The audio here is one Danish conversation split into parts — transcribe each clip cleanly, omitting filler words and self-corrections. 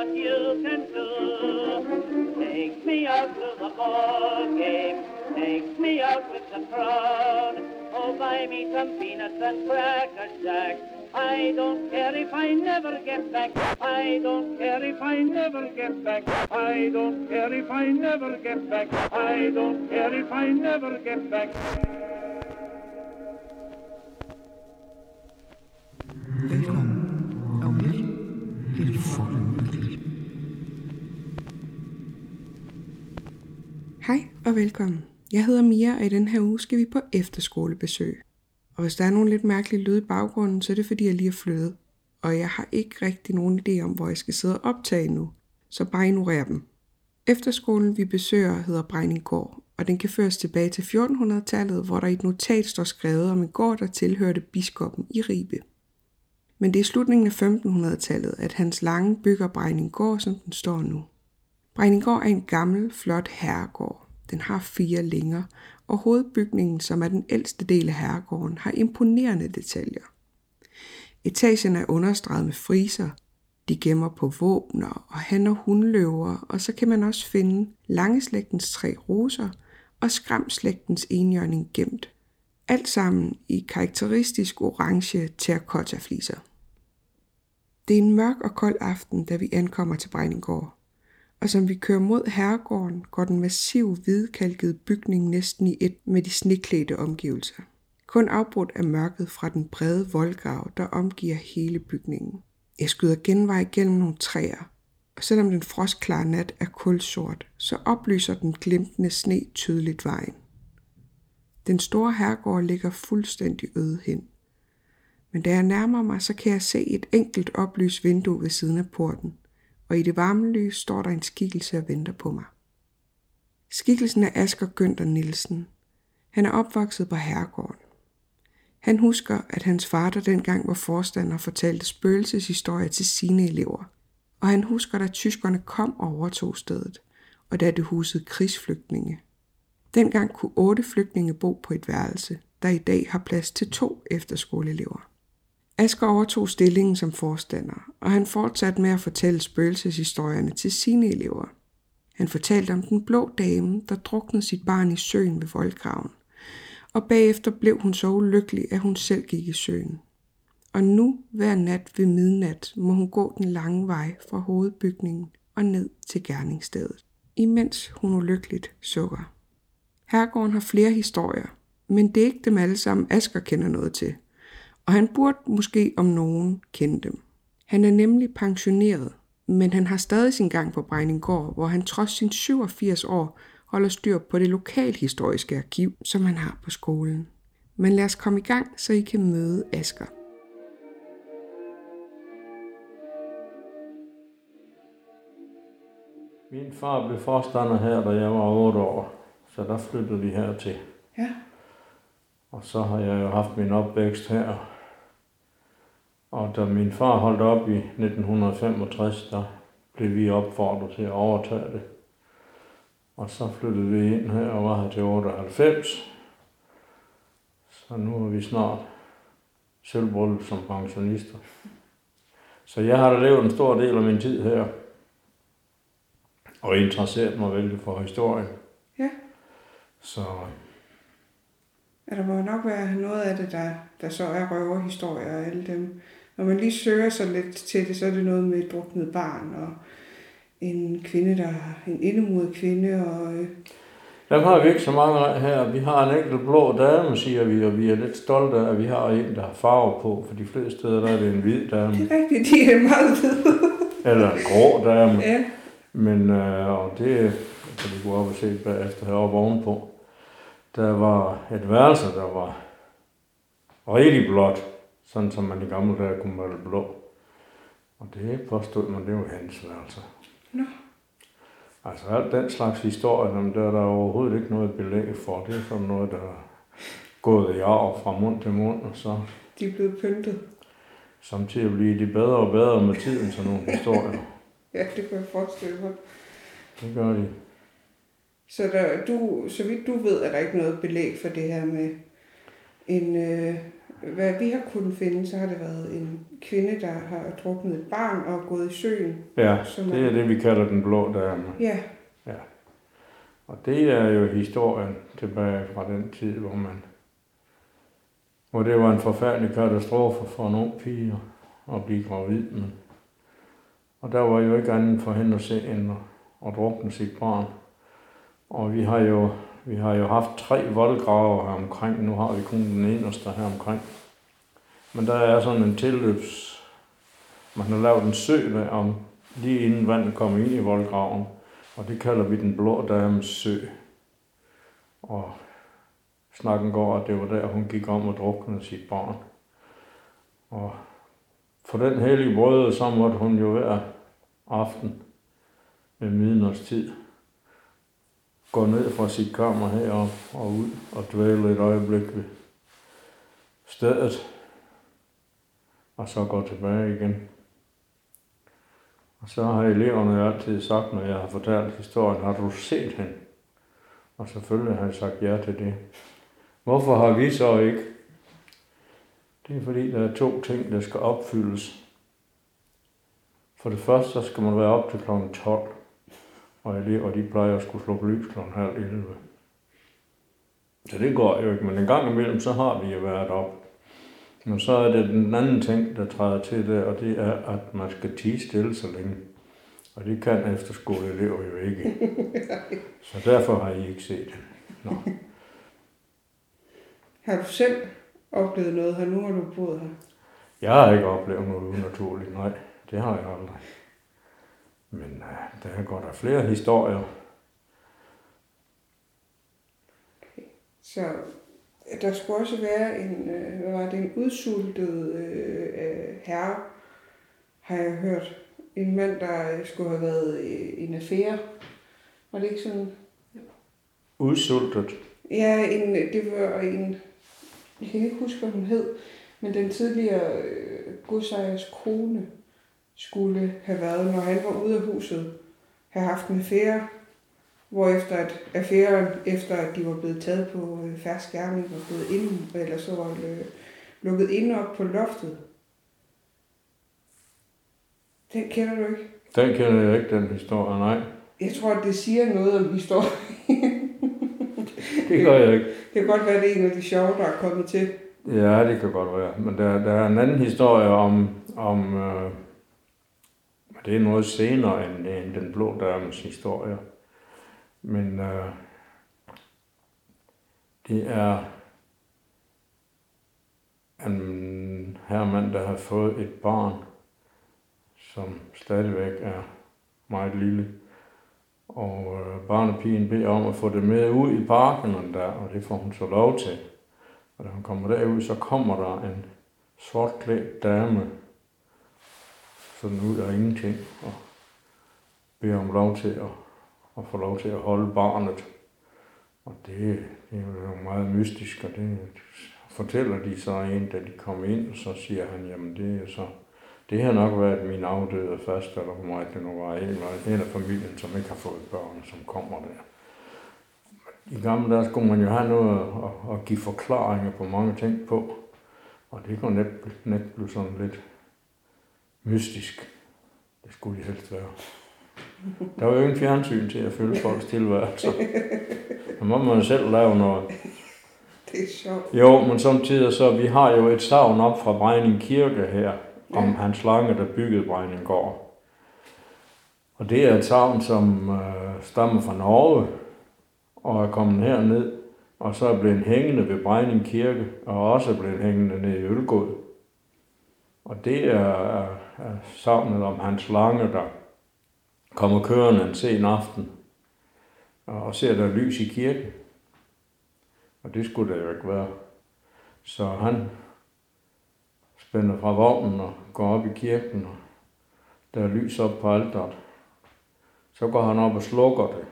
what you can do. Take me out to the ball game, take me out with the crowd. Oh, buy me some peanuts and cracker jack. I don't care if I never get back. I don't care if I never get back. I don't care if I never get back. I don't care if I never get back. Velkommen, og virkelig helt fucking virkelig. Hej og velkommen. Jeg hedder Mia, og i den her uge skal vi på efterskolebesøg. Og hvis der er nogle lidt mærkelige lyde i baggrunden, så er det fordi jeg lige er flyttet. Og jeg har ikke rigtig nogen idé om, hvor jeg skal sidde og optage nu. Så bare ignorer dem. Efterskolen vi besøger hedder Brejninggaard, og den kan føres tilbage til 1400-tallet, hvor der i et notat står skrevet om en gård, der tilhørte biskoppen i Ribe. Men det er i slutningen af 1500-tallet, at Hans Lange bygger Brejninggaard, som den står nu. Brejninggaard er en gammel, flot herregård. Den har 4 længer, og hovedbygningen, som er den ældste del af herregården, har imponerende detaljer. Etagen er understreget med friser. De gemmer på våbner og han- og hunløver, og så kan man også finde Langeslægtens 3 roser og Skramslægtens enhjørning gemt. Alt sammen i karakteristisk orange terracotta-fliser. Det er en mørk og kold aften, da vi ankommer til Brejninggaard. Og som vi kører mod herregården, går den massive hvidkalkede bygning næsten i et med de sneklædte omgivelser. Kun afbrudt af mørket fra den brede voldgrav, der omgiver hele bygningen. Jeg skyder genvej gennem nogle træer, og selvom den frostklare nat er kulsort, så oplyser den glimtende sne tydeligt vejen. Den store herregård ligger fuldstændig øde hen. Men da jeg nærmer mig, så kan jeg se et enkelt oplyst vindue ved siden af porten, og i det varme lys står der en skikkelse og venter på mig. Skikkelsen er Asger Günther Nielsen. Han er opvokset på herregården. Han husker, at hans far, der dengang var forstander, fortalte spøgelseshistorier til sine elever. Og han husker, da tyskerne kom og overtog stedet, og da det husede krigsflygtninge. Dengang kunne 8 flygtninge bo på et værelse, der i dag har plads til 2 efterskoleelever. Asger overtog stillingen som forstander, og han fortsatte med at fortælle spøgelseshistorierne til sine elever. Han fortalte om den blå dame, der druknede sit barn i søen ved voldgraven, og bagefter blev hun så ulykkelig, at hun selv gik i søen. Og nu, hver nat ved midnat, må hun gå den lange vej fra hovedbygningen og ned til gerningsstedet, imens hun ulykkeligt sukker. Herregården har flere historier, men det er ikke dem alle sammen, Asger kender noget til. Og han burde måske om nogen kende dem. Han er nemlig pensioneret, men han har stadig sin gang på Brejninggaard, hvor han trods sin 87 år holder styr på det lokalhistoriske arkiv, som han har på skolen. Men lad os komme i gang, så I kan møde Asger. Min far blev forstander her, da jeg var 8 år, så der flyttede vi hertil. Ja. Og så har jeg jo haft min opvækst her. Og da min far holdt op i 1965, der blev vi opfordret til at overtage det. Og så flyttede vi ind her og var her til 98. Så nu er vi snart sølvbryllup som pensionister. Så jeg har da levet en stor del af min tid her. Og interesseret mig vældig for historien. Ja. Så Ja, der må nok være noget af det, der så er røverhistorier og alle dem. Når man lige søger så lidt til det, så er det noget med et druknet barn og en kvinde, en indemuret kvinde. Og dem har vi ikke så mange af her. Vi har en enkelt blå dame, siger vi, og vi er lidt stolte af, at vi har en, der har farve på. For de fleste steder der er det en hvid dame. Det er rigtigt, de er meget hvide. Eller en grå dame. Ja. Men og det kan vi gå op og se bagefter heroppe ovenpå. Der var et værelse, der var rigtig blåt, sådan som man i gamle dage kunne male blå. Og det påstod man, det var hans værelse. Nå. Altså alt den slags historie, der er der overhovedet ikke noget belæg for. Det er sådan noget, der er gået i arv fra mund til mund, og så De er blevet pyntet. samtidig bliver de bedre og bedre med tiden, sådan nogle historier. Ja, det kan jeg forestille mig. Det gør de. Så vidt du ved, er der ikke noget belæg for det her med en hvad vi har kunnet finde, så har det været en kvinde, der har druknet et barn og gået i søen. Ja, det er det, vi kalder den blå dame. Ja. Ja. Og det er jo historien tilbage fra den tid, hvor det var en forfærdelig katastrofe for en ung pige at blive gravid. Og der var jo ikke andet for hende at se end at drukne sit barn. Og vi har jo haft 3 voldgrave her omkring. Nu har vi kun den eneste her omkring. Men der er sådan en tilløbs. Man har lavet en sø der om lige inden vandet kommer ind i voldgraven. Og det kalder vi den blå dames sø. Og snakken går, at det var der, hun gik om og druknede sit barn. Og for den hellige brød, så måtte hun jo hver aften ved midnatstid gå ned fra sit kammer herop og ud og dvæle et øjeblik ved stedet. Og så gå tilbage igen. Og så har eleverne altid sagt, når jeg har fortalt historien, har du set hende? Og selvfølgelig har jeg sagt ja til det. Hvorfor har vi så ikke? Det er fordi, der er 2 ting, der skal opfyldes. For det første, så skal man være op til kl. 12. Og elever, de plejer at skulle slå lys kl. 10:30. Så det går jo ikke, men en gang imellem, så har vi jo været op. Men så er det den anden ting, der træder til det, og det er, at man skal tie stille så længe. Og det kan efterskoleelever jo ikke. Så derfor har I ikke set det. Nå. Har du selv oplevet noget her nu, når du boet her? Jeg har ikke oplevet noget unaturligt, nej. Det har jeg aldrig. Men der går der flere historier. Okay. Så der skulle også være en udsultet herre, har jeg hørt. En mand, der skulle have været i en affære. Var det ikke sådan? Udsultet? Ja, det var en... Jeg kan ikke huske, hvad hun hed. Men den tidligere godsejers kone skulle have været, når han var ude af huset, have haft en affære. Hvorefter at affæren, efter at de var blevet taget på fersk gerning, var blevet inde, eller så var lukket inde op på loftet. Den kender du ikke? Den kender jeg ikke, den historie, nej. Jeg tror, at det siger noget om historien. Det gør jeg ikke. Det kan godt være, at det er en af de sjove, der er kommet til. Ja, det kan godt være. Men der er en anden historie om det er noget senere end den blå dames historie. Men det er en herremand, der har fået et barn, som stadigvæk er meget lille. Og barnepigen beder om at få det med ud i parken der, og det får hun så lov til. Og da hun kommer derud, så kommer der en sortklædt dame, sådan ud af ingenting, og beder om lov til at få lov til at holde barnet. Og det er jo meget mystisk, og det fortæller de så en, da de kommer ind, og så siger han, jamen det er så... Det har nok været min afdøde faste, eller hvor meget det nu var, en af familien, som ikke har fået børn, som kommer der. I gamle dage skulle man jo have noget at give forklaringer på mange ting på, og det kunne net blive sådan lidt mystisk. Det skulle det helst være. Der var jo ingen fjernsyn til at følge folks tilværelse. Der må man selv lave noget. Det er sjovt. Jo, men samtidig så, vi har jo et savn op fra Brejning Kirke her, om Hans Lange, der byggede Brejninggård. Og det er et savn, som stammer fra Norge, og er kommet herned, og så er blevet hængende ved Brejning Kirke, og også blevet hængende nede i Ølgod. Og det er savnet om Hans Lange, der kommer kørende en sen aften, og ser der lys i kirken. Og det skulle der jo ikke være. Så han spænder fra vognen og går op i kirken, og der er lys op på alteret. Så går han op og slukker det.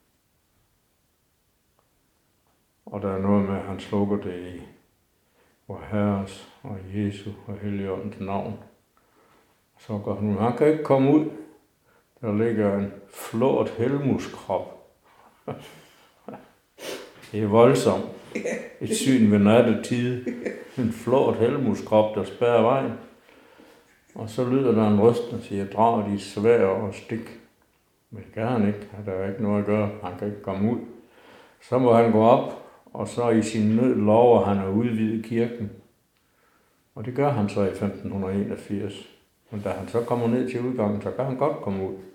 Og der er noget med, at han slukker det i vor Herres og Jesu og Helligåndens navn. Så går han ud. Han kan ikke komme ud. Der ligger en flot helmuskrop. Det er voldsomt. Et syn ved nattetid. En flot helmuskrop, der spærrer vejen. Og så lyder der en røst, der siger, drag de svær og stik. Men det kan han ikke. Der er ikke noget at gøre. Han kan ikke komme ud. Så må han gå op, og så i sin nød lover han at udvide kirken. Og det gør han så i 1581. Men da han så kommer ned til udgangen, så kan han godt komme ud.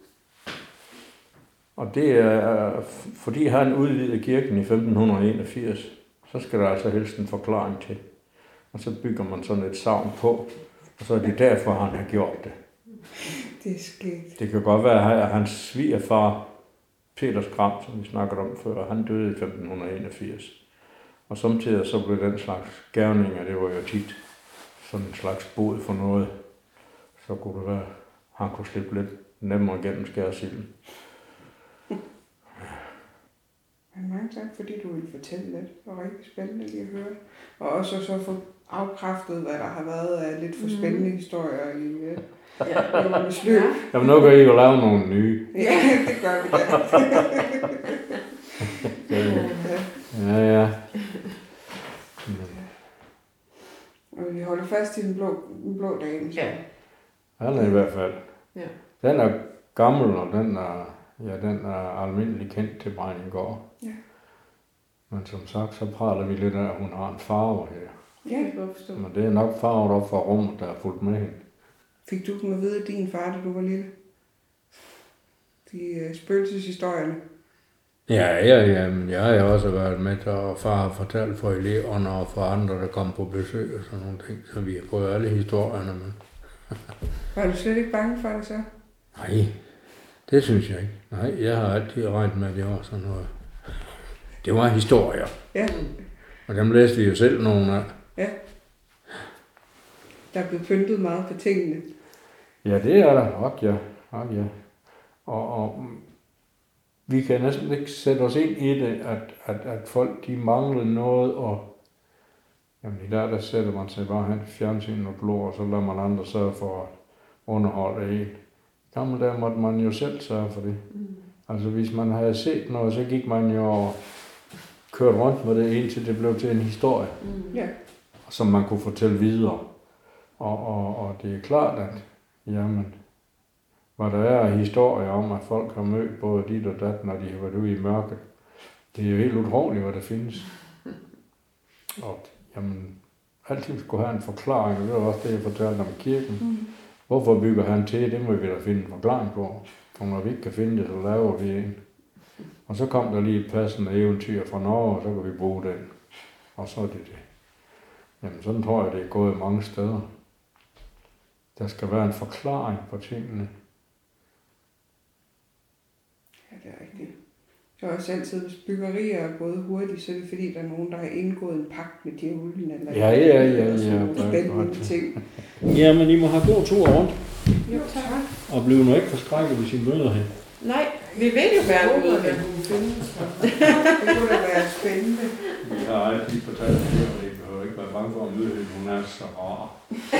Og det er, fordi han udvidede kirken i 1581, så skal der altså helst en forklaring til. Og så bygger man sådan et savn på, og så er det derfor, han har gjort det. Det er skægt. Det kan godt være, at hans svigerfar, Peter Skram, som vi snakkede om før, han døde i 1581. Og samtidig så blev den slags gerninger, det var jo tit sådan en slags bod for noget. Så kunne det være, han kunne slippe lidt nemmere gennem skærsilden. Men mange tak, fordi du vil fortælle lidt. Det var rigtig spændende lige at høre. Og også så få afkræftet, hvad der har været af lidt for spændende historier i jordens løb. Jamen nu kan I jo lave nogle nye. Ja, det gør vi da. Ja. Og vi holder fast i den blå dame. Ja. Han er i hvert fald. Ja. Den er gammel, og den er almindelig kendt til Brejninggaard. Ja. Men som sagt, så praler vi lidt af, at hun har en farve her. Ja. Jeg kan godt forstå. Men det er nok farvet op fra rummet, der er fulgt med hende. Fik du dem at vide af din far, da du var lille? De spøgelseshistorierne. Jeg har også været med til, at far har fortalt for eleverne og for andre, der kom på besøg og sådan nogle ting. Så vi har prøvet alle historierne med. Var du slet ikke bange for det så? Nej, det synes jeg ikke. Nej, jeg har altid regnet med, at det var sådan noget. Det var historier. Ja. Og dem læste vi jo selv nogle af. Ja. Der er blevet pyntet meget på tingene. Ja, det er der. Ja. Og vi kan næsten ikke sætte os ind i det, at folk de mangler noget, og jamen i dag der sætter man sig bare hen til fjernsyn og blå, og så lader man andre sørge for at underholde en. I gamle dage måtte man jo selv sørge for det. Altså hvis man havde set noget, så gik man jo og kørte rundt med det, indtil det blev til en historie, Ja. som man kunne fortælle videre. Og det er klart, at jamen, hvad der er historier om, at folk har mødt både dit og dat, når de har været ude i mørket. Det er jo helt utroligt, hvad der findes. Og jamen, altid skulle have en forklaring, og det var også det, jeg fortalte om kirken. Hvorfor bygger han til? Det må vi da finde en forklaring på. Og når vi ikke kan finde det, så laver vi en. Og så kom der lige et passende eventyr fra Norge, og så kan vi bruge den. Og så er det det. Jamen sådan tror jeg, det er gået mange steder. Der skal være en forklaring på tingene. Ja, det er rigtigt. Så også altid, hvis byggerier er gået hurtigt, så er det fordi, der er nogen, der har indgået en pagt med djævlen. Eller Ja. spændende ting. Ja, men I må have god tur rundt. Jo, tak. Og blive nu ikke forskrækket, hvis I møder hende. Nej, vi vil jo gerne ud af det. Det kunne da være spændende. Jeg har altid fortalt det, og I behøver ikke være bange for at møde hende. Hun er så rar.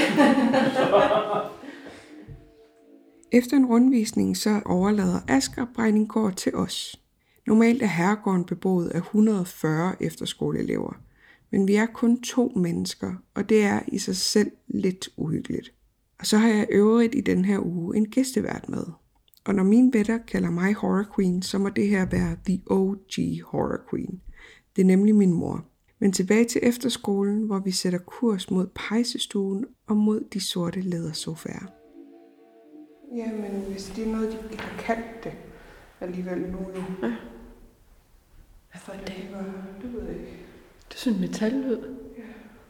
Efter en rundvisning så overlader Asger Brejninggaard til os. Normalt er herregården beboet af 140 efterskoleelever, men vi er kun 2 mennesker, og det er i sig selv lidt uhyggeligt. Og så har jeg øvrigt i den her uge en gæstevært med. Og når mine venner kalder mig Horror Queen, så må det her være The OG Horror Queen. Det er nemlig min mor. Men tilbage til efterskolen, hvor vi sætter kurs mod pejsestuen og mod de sorte lædersofaer. Jamen, hvis det er noget, de ikke har kaldt det alligevel nu. Ja. Hvad var det? Det ved jeg ikke. Det er sådan en metallyd. Ja.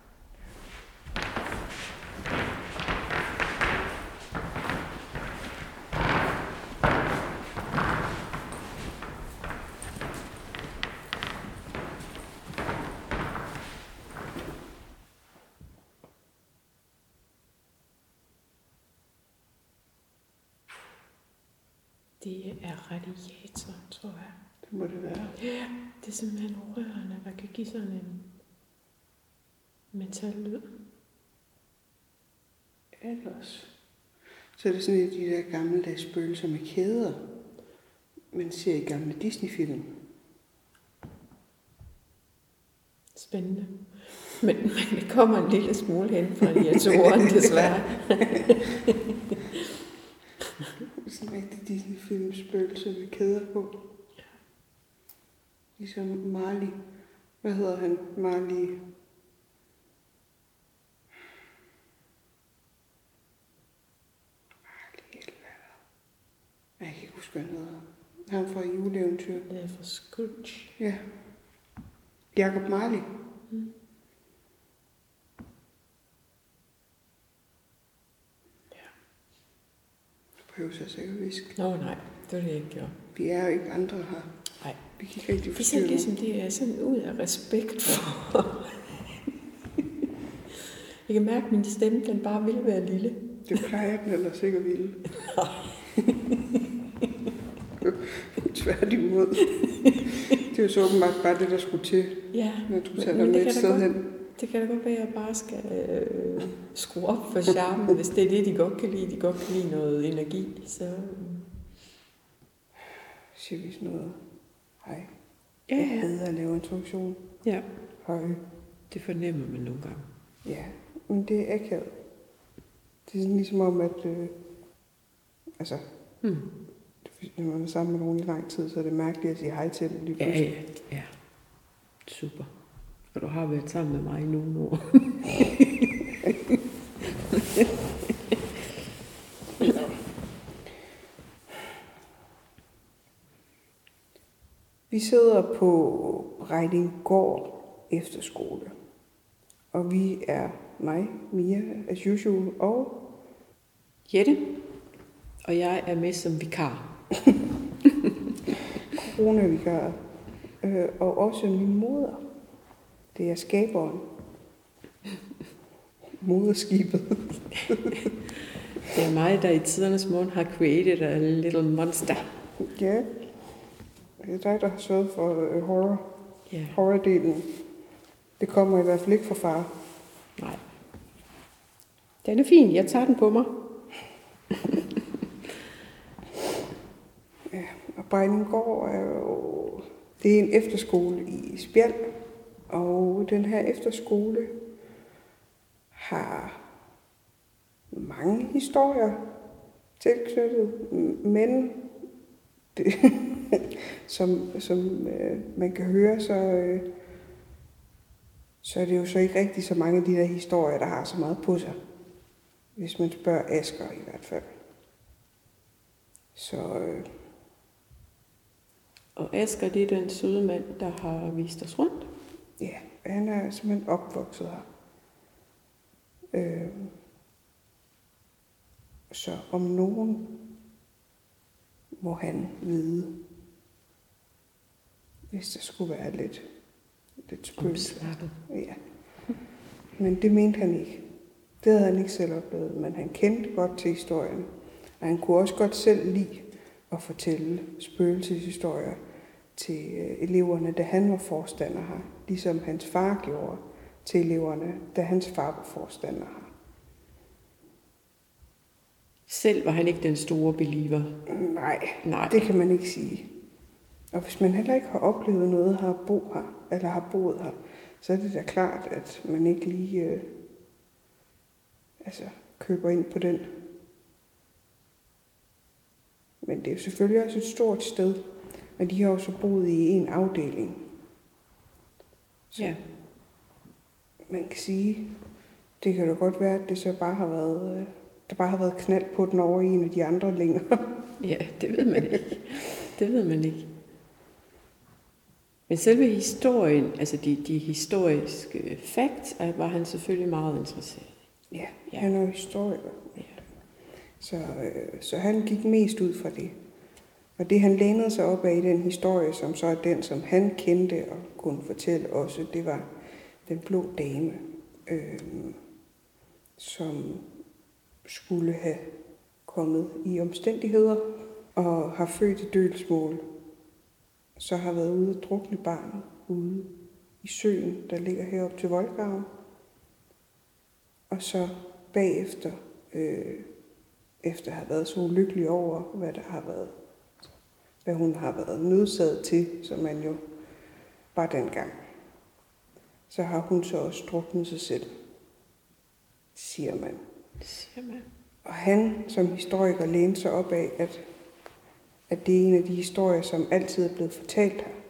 Det er radiatoren, tror jeg. Det må det være. Ja, det er simpelthen rørene, der kan give sådan en metallyd. Ellers. Så er det sådan et af de der gamle spøgelser med kæder, man ser i gamle Disney-film. Spændende. Men det kommer en lille smule hen fra radiatoren, desværre. Sådan en rigtig Disney-film spøgelse med kæder på. Ligesom Marley. Hvad hedder han? Marley. Jeg kan ikke huske, hvad han hedder. Han fra juleeventyr. Det er fra Scrooge. Ja. Jacob Marley. Mm. Behøver jeg sikkert viske. Nå nej, det var det, jeg ikke gjorde. Vi er jo ikke andre her. Nej. Vi kan ikke rigtig Det er forstyrre. sådan ligesom, det er sådan ud af respekt for... Jeg kan mærke, at min stemme, den bare vil være lille. Det plejer den ellers ikke at ville. Tværtimod. Det er jo så åbenbart bare det, der skulle til, Ja, når du men tager med et sted hen. Det kan da godt være, at jeg bare skal skrue op for charmen, hvis det er det, de godt kan lide. De godt kan lide noget energi, så... Siger vi sådan noget. Hej. Ja, Jeg hader at lave introduktion. ja. Hej. Det fornemmer man nogle gange. Ja, men det er akavet. Det er sådan ligesom om, at når man er sammen med nogen i lang tid, så er det mærkeligt at sige hej til dem lige pludselig. Ja. Super. Og du har været sammen med mig i nogle år. Vi sidder på Rejdinggård Efterskole. Og vi er mig, Mia, as usual, og Jette. Og jeg er med som vikar. coronavikar. Og også min moder. Det er skaberen. Moderskibet. Det er mig, der i tidernes morgen har created a little monster. Ja. Det er dig, der har sørget for Ja. horror-delen. Det kommer i hvert fald ikke fra far. Nej. Den er fin. Jeg tager den på mig. Ja, og Rejdinggård er jo... Det er en efterskole i Spjald. Og den her efterskole har mange historier tilknyttet, men det, som man kan høre, så er det jo så ikke rigtig så mange af de der historier, der har så meget på sig. Hvis man spørger Asger i hvert fald. Så... Og Asger, det er den søde mand, der har vist os rundt. Ja, han er simpelthen opvokset her. Så om nogen må han vide, hvis der skulle være lidt spøgelse. Omsnappet. Ja. Men det mente han ikke. Det havde han ikke selv oplevet, men han kendte godt til historien. Og han kunne også godt selv lide at fortælle spøgelseshistorier til eleverne, da han var forstander her. Ligesom hans far gjorde til eleverne, da hans far var forstander her. Selv var han ikke den store believer. Nej, det kan man ikke sige. Og hvis man heller ikke har oplevet noget har boet her, så er det da klart, at man ikke lige køber ind på den. Men det er jo selvfølgelig også et stort sted, og de har jo så boet i en afdeling. Så Ja. man kan sige, det kan da godt være, at det så bare har været, der bare har været knald på den over i en af de andre længere. Ja, det ved man ikke. Det ved man ikke. Men selve historien, altså de historiske facts, var han selvfølgelig meget interesseret i. Ja, Ja. han er jo historiker. Ja. Så han gik mest ud fra det. Og det han lænede sig op af i den historie, som så er den, som han kendte og kunne fortælle også, det var den blå dame, som skulle have kommet i omstændigheder og har født i dølgsmål. Så har været ude og drukne barnet ude i søen, der ligger heroppe til voldgraven. Og så bagefter, efter at have været så ulykkelig over, hvad hun har været nødsaget til, som man jo var dengang, så har hun så også druknet sig selv, siger man. Og han som historiker læner sig op af, at det er en af de historier, som altid er blevet fortalt her.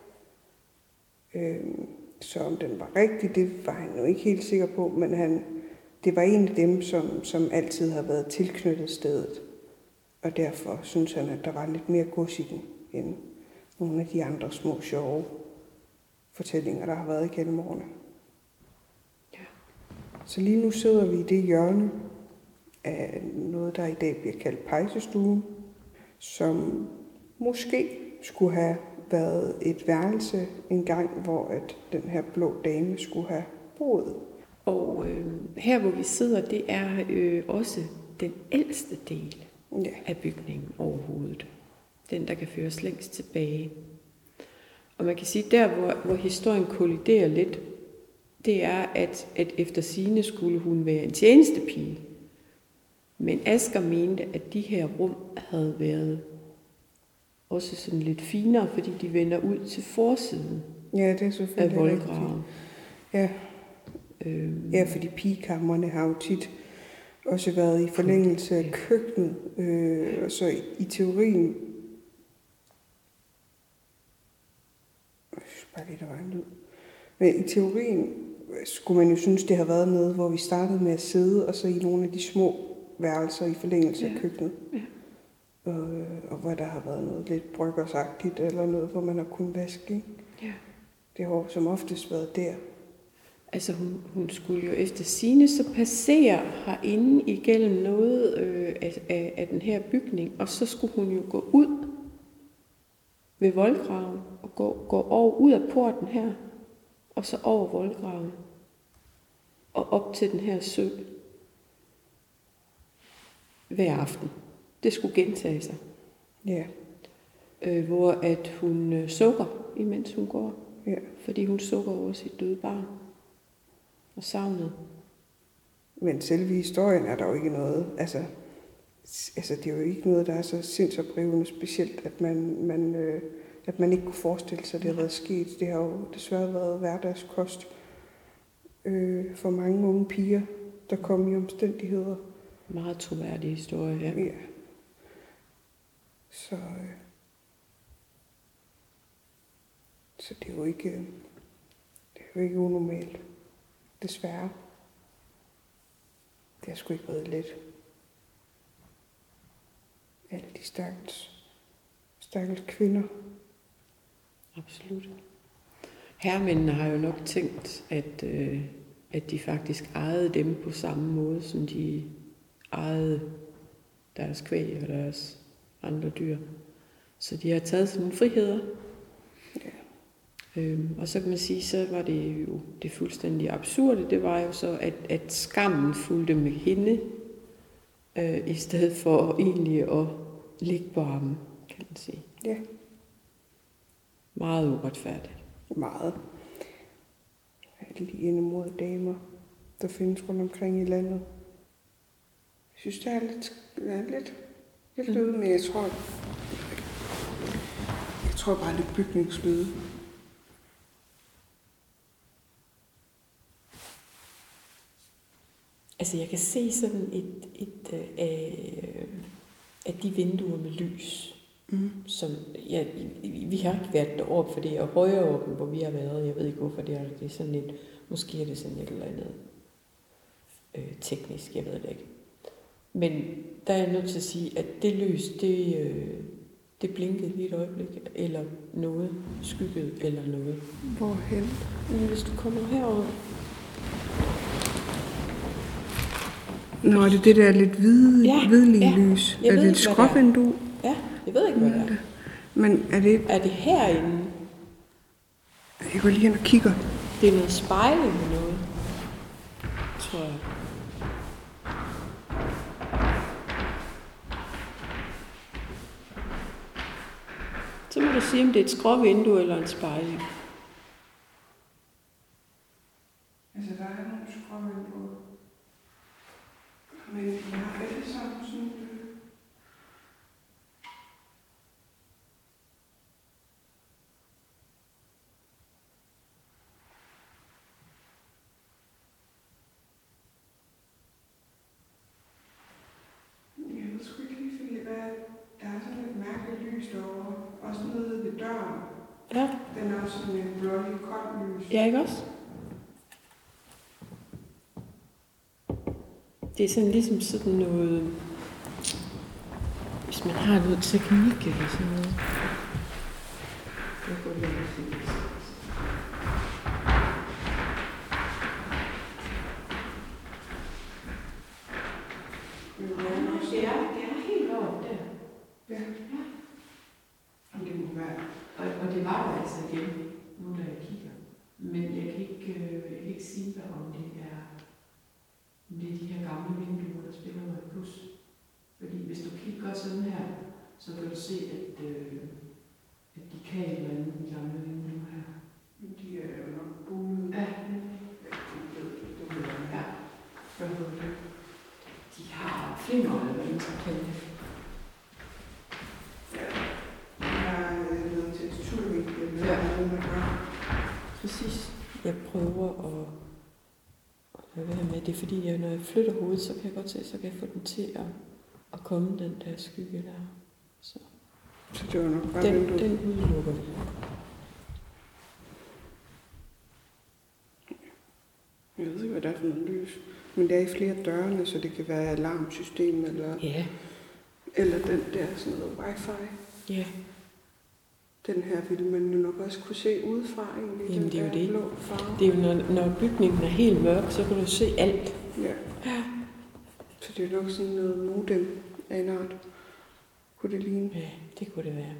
Så om den var rigtig, det var han jo ikke helt sikker på, men det var en af dem, som altid har været tilknyttet stedet. Og derfor synes han, at der var lidt mere gods i den, end nogle af de andre små sjove fortællinger, der har været igennem årene. Ja. Så lige nu sidder vi i det hjørne af noget, der i dag bliver kaldt pejsestuen, som måske skulle have været et værelse en gang, hvor at den her blå dame skulle have boet. Og her, hvor vi sidder, det er også den ældste del af bygningen overhovedet. Den, der kan føres længst tilbage. Og man kan sige, der hvor historien kolliderer lidt, det er, at efter sigende skulle hun være en tjenestepige. Men Asger mente, at de her rum havde været også sådan lidt finere, fordi de vender ud til forsiden af voldgraven. Ja. Ja, fordi pigekammerne har jo tit også været i forlængelse af køkkenet. Og så i teorien... Jeg synes bare lige, der var en lyd. Men i teorien skulle man jo synes, det har været noget, hvor vi startede med at sidde, og så i nogle af de små værelser i forlængelse af køkkenet. Ja. Og hvor der har været noget lidt bryggersagtigt, eller noget, hvor man har kunnet vaske. Ikke? Ja. Det har som oftest været der. Altså hun skulle jo efter sigende så passere herinde igennem noget af den her bygning, og så skulle hun jo gå ud ved voldgraven, og gå over ud af porten her, og så over voldgraven, og op til den her sø hver aften. Det skulle gentage sig. Ja. Hvor at hun sukker, imens hun går. Ja. Fordi hun sukker over sit døde barn. Og savnet. Men selve historien er der jo ikke noget. Altså det er jo ikke noget, der er så sindsoprivende specielt, at man ikke kunne forestille sig, at det har været sket. Det har jo desværre været hverdagskost for mange unge piger, der kom i omstændigheder. Meget troværdig historie, ja. Ja. Så det er jo ikke unormalt. Desværre. Det har sgu ikke været let. Alle de stakkels kvinder. Absolut. Herremændene har jo nok tænkt, at de faktisk ejede dem på samme måde, som de ejede deres kvæg og deres andre dyr. Så de har taget sådan nogle friheder. Ja. Og så kan man sige, så var det jo det fuldstændig absurde, det var jo så, at skammen fulgte med hende, i stedet for egentlig at ligge på armen, kan man sige. Ja. Meget uretfærdigt. Meget. Alle de indemodede damer, der findes rundt omkring i landet. Jeg synes, det er lidt lyde, men jeg tror bare lidt bygningslyde. Altså jeg kan se sådan af de vinduer med lys, som vi har ikke været deroppe, for det er højere oppe, hvor vi har været. Jeg ved ikke hvorfor det er sådan lidt. Måske er det sådan et eller andet teknisk, jeg ved det ikke. Men der er jeg nødt til at sige, at det lys, det blinkede lige et øjeblik, eller noget skyggede, eller noget. Hvorhen? Men hvis du kommer herover. Nå, er det der lidt hvidlige lys? Er det et skråvindue? Ja, jeg ved ikke, hvad det er. Men er det... Er det herinde? Jeg går lige hen og kigger. Det er noget spejling med noget, tror jeg. Så må du sige, om det er et skråvindue eller en spejling. Altså, der er nogle skråvinduer. Men jeg har alle sammen sådan... også nede ved døren. Ja. Den er også sådan en blålig kold lys. Ja, ikke også? Det er sådan ligesom sådan noget, hvis man har noget teknik eller sådan noget. Jeg går lige og se det. Det er helt over der. Ja. Og det må være. Og det var jo altså igen, nu da jeg kigger. Men jeg kan ikke sige, om det er de her gamle vinduer, der spiller noget plus. Fordi hvis du kigger sådan her, så kan du se, at de kan et eller andet i gamle vinduer her. De er jo nok buet. Ja. Ja. Hvad hedder det? De har flimmer, eller hvad man skal kalde det. Der er noget teksturvinkel. Ja. Præcis. Jeg prøver at lade være med det, fordi når jeg flytter hovedet, så kan jeg godt se, så kan jeg få den til at komme, den der skygge der. Så det var nok bare den udelukker vi. Jeg ved ikke, hvad det er for noget lys. Men det er i flere dørene, så det kan være alarmsystem eller, eller den der sådan noget wifi. Ja. Den her ville man jo nok også kunne se udefra egentlig. Jamen det er jo det. Blå farve. Det er jo når bygningen er helt mørk, så kan du se alt. Ja. Så det er nok sådan noget modem af en art. Kunne det ligne? Ja, det kunne det være.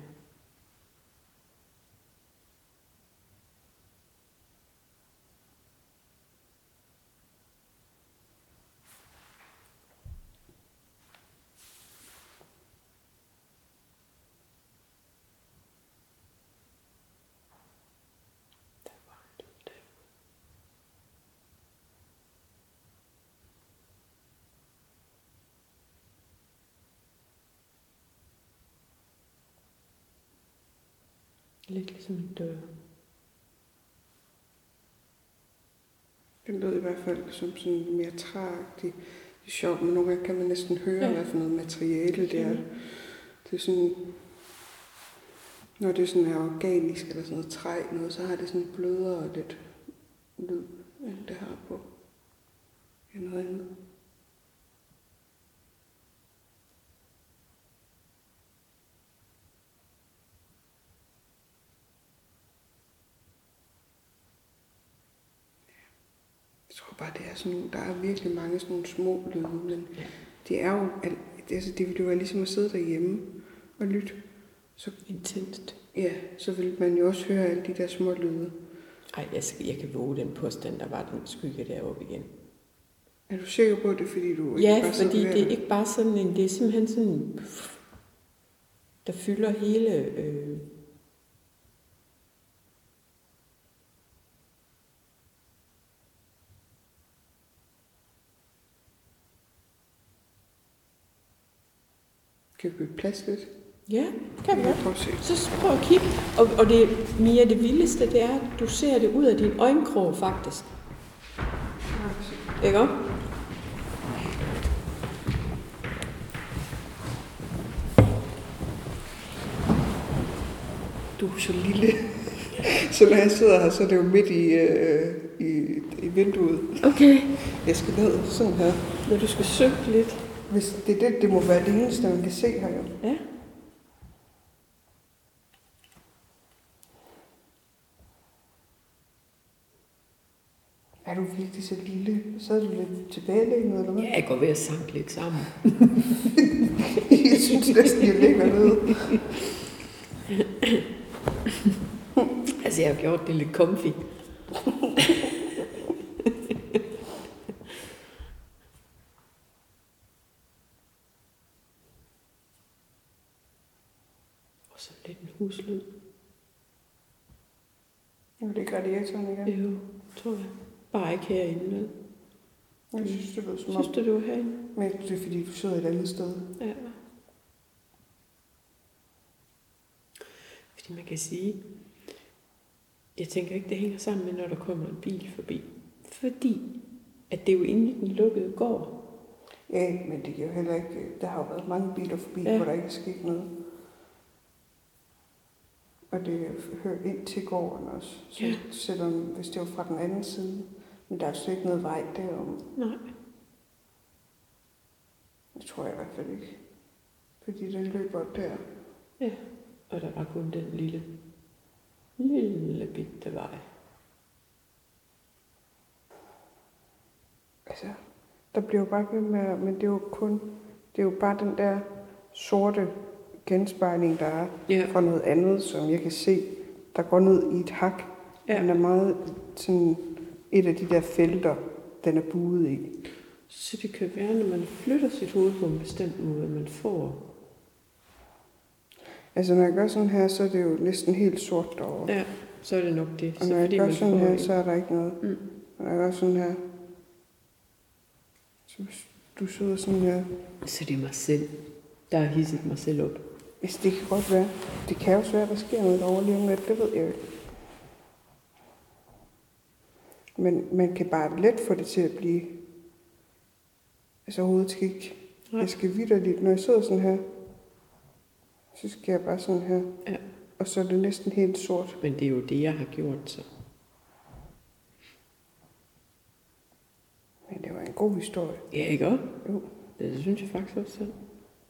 Lidt ligesom en dør. Den lød i hvert fald som sådan mere træagtig. Det er sjovt, men nogle gange kan man næsten høre, hvad for noget materiale det er. Det er sådan, når det sådan er organisk eller sådan noget træ, noget, så har det sådan blødere og lidt lyd, end det har på noget andet. Jeg tror bare, det er sådan nogle, der er virkelig mange sådan nogle små lyde, men det er jo, altså det ville jo være ligesom at sidde derhjemme og lytte. Så intenst. Ja, så vil man jo også høre alle de der små lyde. Ej, jeg kan våge den påstand, der var den skygge deroppe igen. Er du sikker på det, fordi du ikke ja, bare fordi det er ikke bare sådan en, det er simpelthen sådan, der fylder hele... Kan vi bytte plads lidt? Ja, kan vi godt. Prøv at se. Så prøv at kigge. Og det, Mia, det vildeste, det er, at du ser det ud af din øjenkrog, faktisk. Ikke også? Du er så lille. Så når jeg sidder her, så er det jo midt i vinduet. Okay. Jeg skal ned sådan her. Når du skal synke lidt. Hvis det er det må være det eneste, man kan se her jo. Ja. Er du virkelig så lille? Så er du lidt tilbagelægget, eller hvad? Ja, jeg går ved at sanke lidt sammen. Jeg synes næsten, jeg ligger nede. Altså, jeg har gjort det lidt comfy. Og så lidt en huslyd. Jo, det er radiatoren igen. Jo, tror jeg. Bare ikke herinde, vel? Jeg synes, det lyder som om. Synes du, det var herinde? Men det er fordi, du sidder et andet sted. Ja. Fordi man kan sige, jeg tænker ikke, det hænger sammen med, når der kommer en bil forbi. Fordi, at det er jo inde i den lukkede gård. Ja, men det kan jo heller ikke. Der har jo været mange biler forbi, hvor der ikke er sket noget. Og det hører ind til gården også. Så Ja. selvom hvis det var fra den anden side. Men der er altså ikke noget vej derom. Nej. Det tror jeg i hvert fald ikke. Fordi den løber der. Ja. Og der var kun den lille bitte vej. Altså, der bliver jo bare ved med, men det er jo bare den der sorte genspejling, der er fra noget andet, som jeg kan se, der går ned i et hak. Ja. Den er meget sådan et af de der felter, den er buet i. Så det kan være, når man flytter sit hoved på en bestemt måde, at man får... Altså, når jeg gør sådan her, så er det jo næsten helt sort derovre. Ja, så er det nok det. Og Så når jeg fordi gør man sådan får her, en- så er der ikke noget. Og når jeg gør sådan her, så hvis du sidder sådan her. Så det er mig selv, der har hisset mig selv op. Altså, det kan godt være. Det kan også være, at der sker noget derovre lige om lidt. Det ved jeg jo ikke. Men man kan bare let få det til at blive... Altså hovedet skal ikke... Jeg skal vitterligt, når jeg sidder sådan her, så skal jeg bare sådan her. Ja. Og så er det næsten helt sort. Men det er jo det, jeg har gjort så. Men det var en god historie. Ja, ikke også? Jo. Det synes jeg faktisk også selv.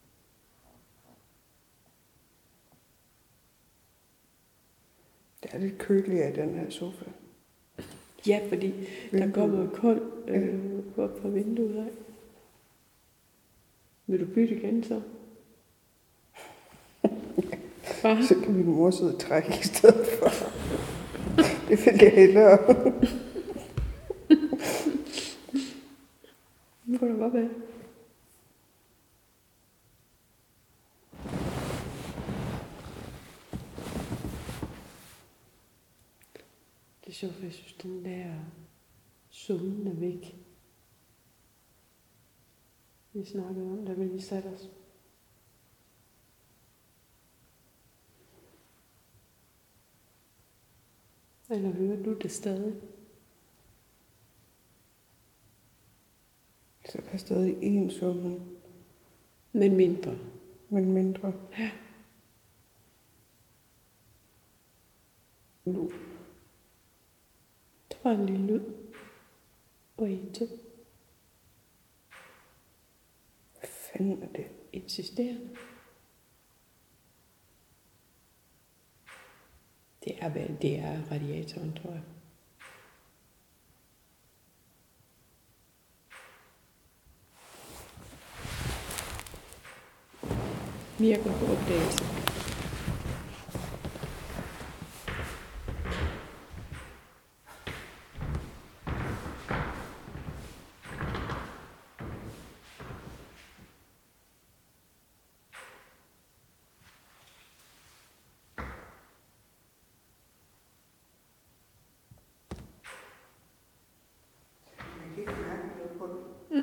Det er lidt køligt af den her sofa. Ja, fordi der kommer koldt op fra vinduet af. Vil du bytte igen så? Bare? Så kan min mor sidde og trække i stedet for. Det vil jeg hellere. Nu kan det godt være. Det er sjovt, for jeg synes, den der summen er væk. Vi snakkede om, da vi satte os. Eller hører du det stadig? Så der er stadig en summe, Men mindre. men mindre. Ja. Nu. Der var en lille lyd. Og en til. Hvad fanden er det? Insisterende. Det er radiatoren, tror jeg. Vi er gået på opdagelse. Jeg kan ikke mærke noget på den.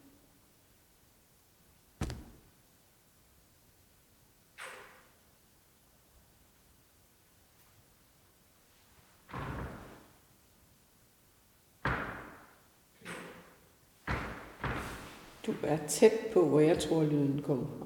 Du er tæt på, hvor jeg tror, lyden kommer fra.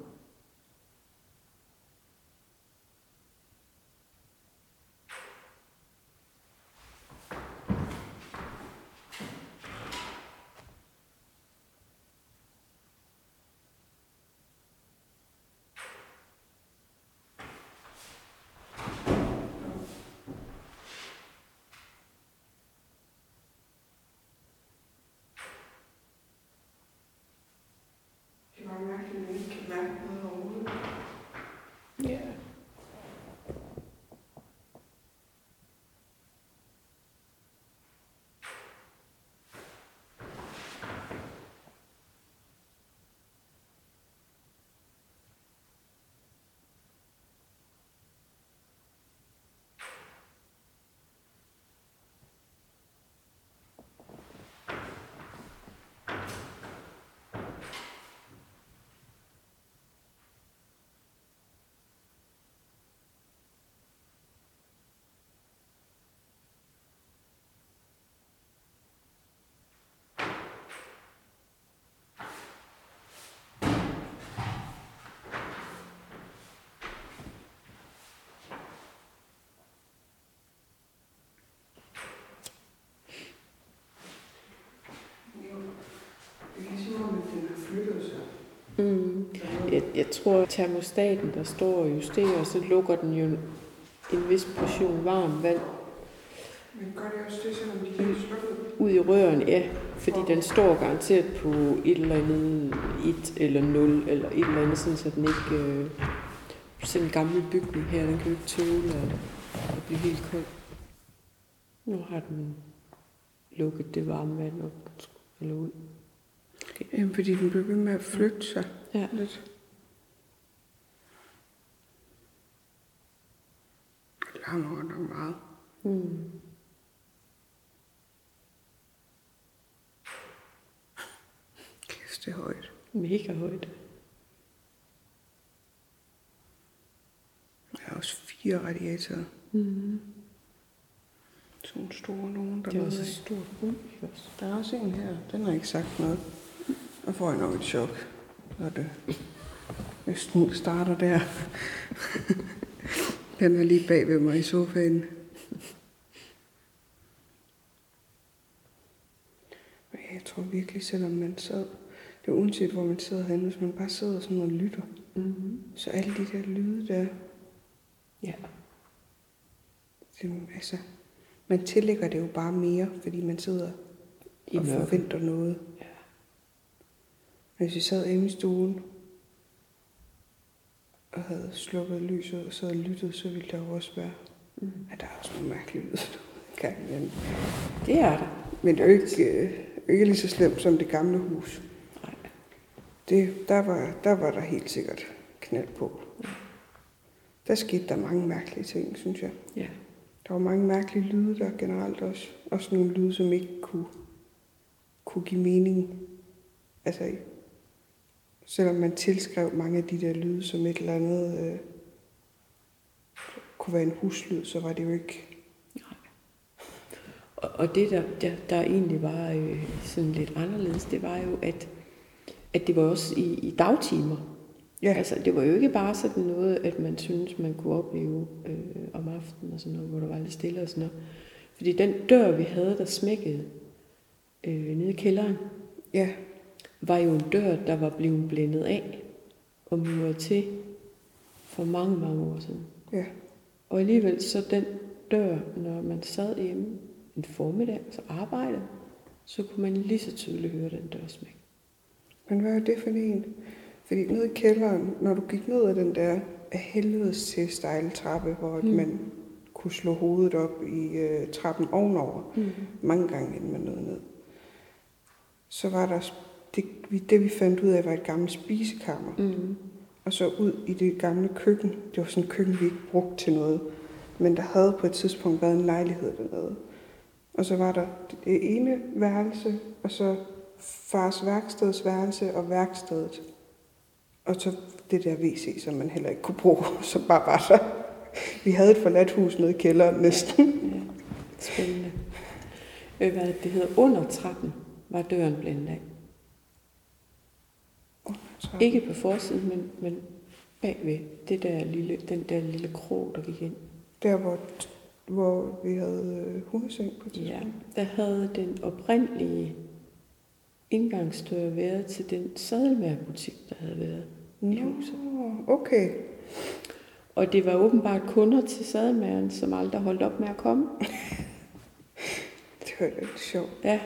Det var mærkeligt, at jeg ikke kan mærke jeg tror, termostaten, der står og justerer, og så lukker den jo en vis portion varmt vand. Men gør det også det, selvom de er slukket? Ud i røren, ja. Fordi den står garanteret på et eller andet 1 eller 0, eller et eller andet, sådan, så den ikke... sådan en gammel bygning her, den kan jo ikke tåle at blive helt kold. Nu har den lukket det varme vand op, eller ud. Okay. Jamen, fordi den blev ved med at flytte sig lidt. Det larmer nok meget. Kæft, det er højt. Mega højt. Der er også 4 radiatorer. Sådan nogle store nogen, der det er også et stort rum, ikke også? Der er også en her, den har ikke sagt noget. Der får jeg nok et chok, når det næsten starter der. Den er lige bag ved mig i sofaen. Jeg tror virkelig, selvom man sad, det er uanset hvor man sidder herinde, hvis man bare sidder sådan og lytter, så alle de der lyde der, det, altså, man tillægger det jo bare mere, fordi man sidder og forventer noget. Ja. Men hvis vi sad inde i stuen og havde slukket lyset og så havde lyttet, så ville der jo også være, at der er også nogle mærkelige lyde. Det er der. Men det er jo ikke lige så slemt som det gamle hus. Nej. Der var der helt sikkert knald på. Der skete der mange mærkelige ting, synes jeg. Ja. Der var mange mærkelige lyde der generelt også. Også nogle lyde, som ikke kunne give mening. Altså, selvom man tilskrev mange af de der lyde som et eller andet kunne være en huslyd, så var det jo ikke. Nej. Og det, der egentlig var sådan lidt anderledes, det var jo, at det var også i dagtimer. Ja. Altså, det var jo ikke bare sådan noget, at man synes man kunne opleve om aftenen og sådan noget, hvor der var lidt stille og sådan noget. Fordi den dør, vi havde, der smækkede nede i kælderen, var jo en dør, der var blevet blændet af og muret til for mange, mange år siden. Ja. Og alligevel så den dør, når man sad hjemme en formiddag og så arbejdede, så kunne man lige så tydeligt høre den dør smække. Men hvad er det for en? Fordi nede i kælderen, når du gik ned ad den der af helvedes til stejle trappe, hvor man kunne slå hovedet op i trappen ovenover, mange gange inden man nåede ned, så var der det vi fandt ud af, var et gammelt spisekammer. Og så ud i det gamle køkken. Det var sådan et køkken, vi ikke brugte til noget. Men der havde på et tidspunkt været en lejlighed dernede. Og så var der det ene værelse, og så fars værkstedsværelse og værkstedet. Og så det der WC, som man heller ikke kunne bruge, så bare var der. Vi havde et forladt hus nede i kælderen næsten. Ja, spændende. Hvad det hedder, under trappen var døren blændet af. Ikke på forsiden, men bagved den der lille krog, der gik ind. Der, hvor vi havde hundeseng på tidspunkt. Ja, der havde den oprindelige indgangsdør været til den sadelmagerbutik, der havde været i huset. Okay. Og det var åbenbart kunder til sadelmageren, som aldrig holdt op med at komme. Det var lidt sjovt. Ja.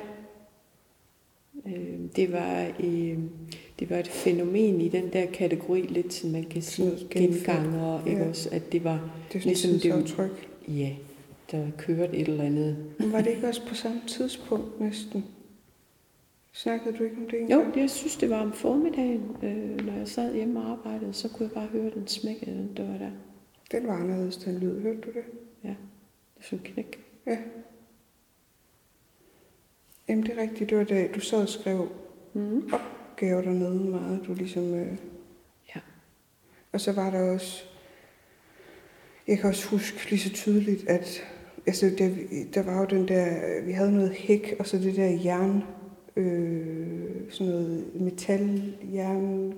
Det var et fænomen i den der kategori, lidt som man kan sige genganger, ikke også? At det var det ligesom det. Ja, der kørte et eller andet. Men var det ikke også på samme tidspunkt næsten? Snakkede du ikke om det engang? Jo, jeg synes, det var om formiddagen, når jeg sad hjemme og arbejdede, så kunne jeg bare høre den smækkede, den dør der. Den var anderledes, den lyd. Hørte du det? Ja, det er sådan en knæk. Ja. Jamen, det er rigtigt. Det var da du sad og skrev opgaver dernede meget. Du ligesom... Ja. Og så var der også... Jeg kan også huske lige så tydeligt, at... Altså, der var jo den der... Vi havde noget hæk, og så det der jern... sådan noget metal-jern...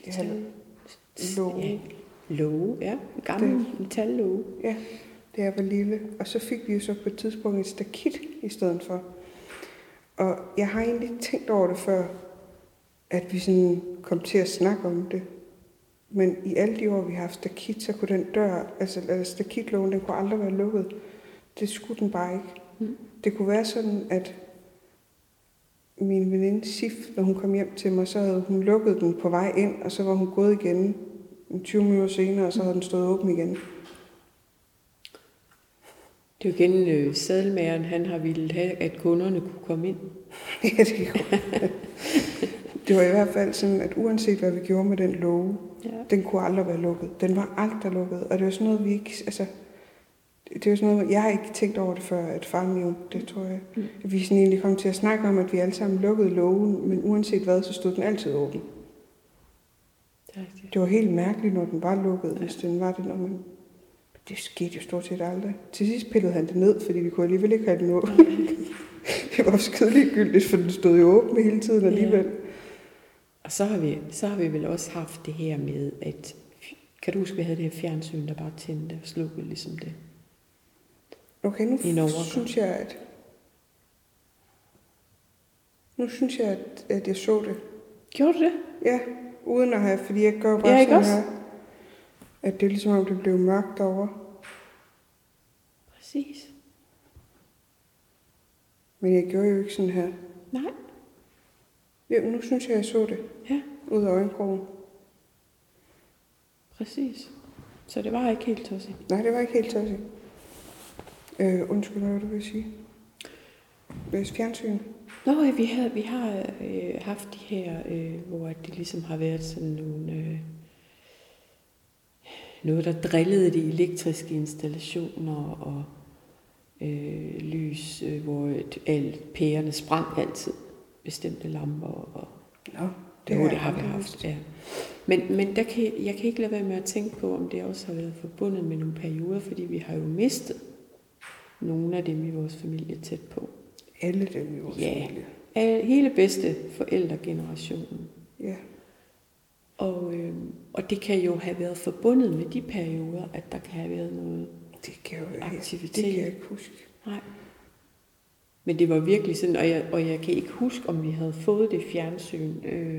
Låge, ja. En gammel metallåge. Ja, det var lille. Og så fik vi jo så på et tidspunkt et stakit i stedet for. Og jeg har egentlig tænkt over det før, at vi sådan kom til at snakke om det. Men i alle de år, vi har haft stakit, så kunne den dør, altså stakitlågen, den kunne aldrig være lukket. Det skulle den bare ikke. Det kunne være sådan, at min veninde Sif, når hun kom hjem til mig, så havde hun lukket den på vej ind, og så var hun gået igen 20 minutter senere, og så havde den stået åben igen. Det er jo igen sadelmageren, han har ville have, at kunderne kunne komme ind. Ja, det gjorde. Det var i hvert fald sådan, at uanset hvad vi gjorde med den låge, den kunne aldrig være lukket. Den var aldrig lukket, og det var sådan noget, vi ikke... Altså, det var sådan noget, jeg har ikke tænkt over det før, at far nævnte det, tror jeg. Vi sådan egentlig kom til at snakke om, at vi alle sammen lukkede lågen, men uanset hvad, så stod den altid åben. Det var helt mærkeligt, når den var lukket, hvis den var det, når man... Det skete jo stort set aldrig. Til sidst pillede han det ned, fordi vi kunne alligevel ikke have den åben. Det var skideligt, for den stod jo åben hele tiden alligevel. Og så har vi vel også haft det her med, at... Kan du huske, vi havde det her fjernsyn, der bare tændte og slukkede ligesom det? Okay, nu synes jeg, at jeg så det. Gjorde du det? Ja, uden at have, fordi jeg gør bare sådan her, at det er ligesom om det blev mørkt over. Præcis. Men jeg gjorde jo ikke sådan her. Nej. Ja, nu synes jeg så det. Ja. Ud af øjenkrogen. Præcis. Så det var ikke helt tosset. Nej, det var ikke helt tosset. Undskyld, hvad du vil sige? Fjernsyn. Nå, vi har haft de her, hvor det ligesom har været sådan nogle... noget, der drillede de elektriske installationer og lys, hvor alle pærerne sprang altid. Bestemte lamper og... Nå, det har vi haft, ja. Men jeg kan ikke lade være med at tænke på, om det også har været forbundet med nogle perioder, fordi vi har jo mistet nogle af dem i vores familie tæt på. Alle dem i vores familie. Ja, hele bedste forældregenerationen. Ja. Og det kan jo have været forbundet med de perioder, at der kan have været noget aktivitet. Det kan jeg ikke huske. Nej. Men det var virkelig sådan, og jeg kan ikke huske, om vi havde fået det fjernsyn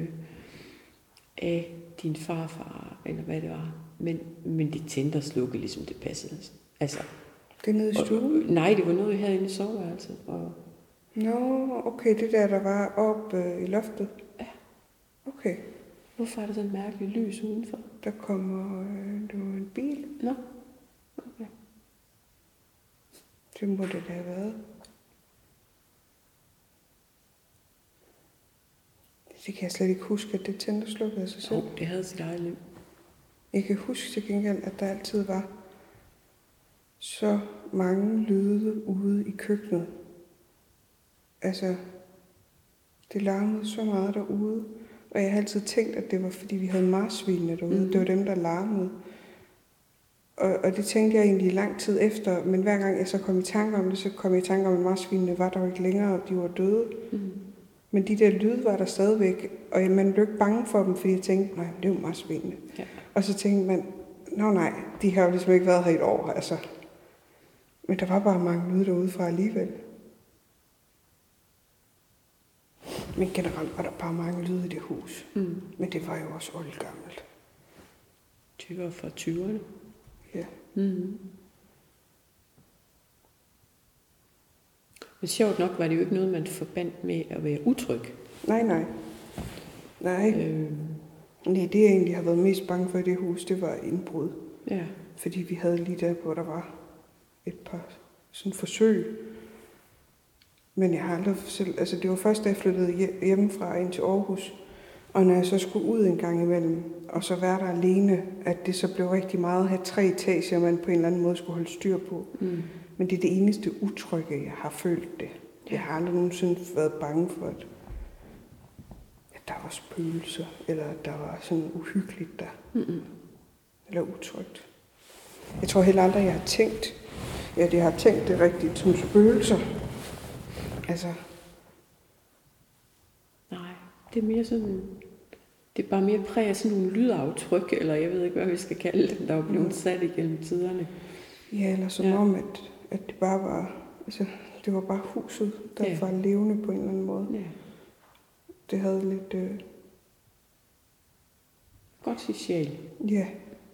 af din farfar, eller hvad det var. Men det tændte og slukkede, ligesom det passede. Altså, det er nede i stuen? Nej, det var noget, vi havde inde i soveværelset. Nå, okay, det der var oppe i loftet? Ja. Okay. Hvorfor er der sådan en mærkelig lys udenfor? Der kommer en bil. Nå, okay. Det må det da have været. Det kan jeg slet ikke huske, at det tændte og slukkede af sig selv. Det havde sit eget liv. Jeg kan huske til gengæld, at der altid var så mange lyde ude i køkkenet. Altså, det larmede så meget derude. Og jeg har altid tænkt, at det var, fordi vi havde marsvinene derude. Det var dem, der larmede. Og det tænkte jeg egentlig lang tid efter. Men hver gang jeg så kom i tanke om det, så kom jeg i tanke om, at marsvinene var der ikke længere, og de var døde. Men de der lyde var der stadigvæk. Og man blev ikke bange for dem, fordi jeg tænkte, nej, det er jo marsvinene. Ja. Og så tænkte man, nej, de har jo ligesom ikke været her i et år. Altså. Men der var bare mange lyde derude fra alligevel. Men generelt var der bare mange lyde i det hus. Men det var jo også oldgammelt. Det var fra 20'erne. Ja. Men sjovt nok var det jo ikke noget, man forbandt med at være utryg. Nej. Nej, det jeg egentlig har været mest bange for i det hus, det var indbrud. Ja. Fordi vi havde lige der, hvor der var et par sådan forsøg. Men jeg har aldrig selv... Altså, det var først, da jeg flyttede hjemmefra ind til Aarhus. Og når jeg så skulle ud en gang imellem, og så være der alene, at det så blev rigtig meget at have 3 etager, man på en eller anden måde skulle holde styr på. Men det er det eneste utrygge, jeg har følt det. Jeg har aldrig nogensinde været bange for, at der var spøgelser, eller at der var sådan uhyggeligt der. Eller utrygt. Jeg tror heller aldrig, jeg har tænkt... Ja, det har tænkt det rigtigt som spøgelser. Altså... Nej, det er mere sådan... Det er bare mere præg af sådan nogle lydaftryk, eller jeg ved ikke, hvad vi skal kalde dem, der er blevet sat igennem tiderne. Ja, eller som om, at det bare var... Altså, det var bare huset, der var levende på en eller anden måde. Ja. Det havde lidt... Godt sige sjæl. Ja.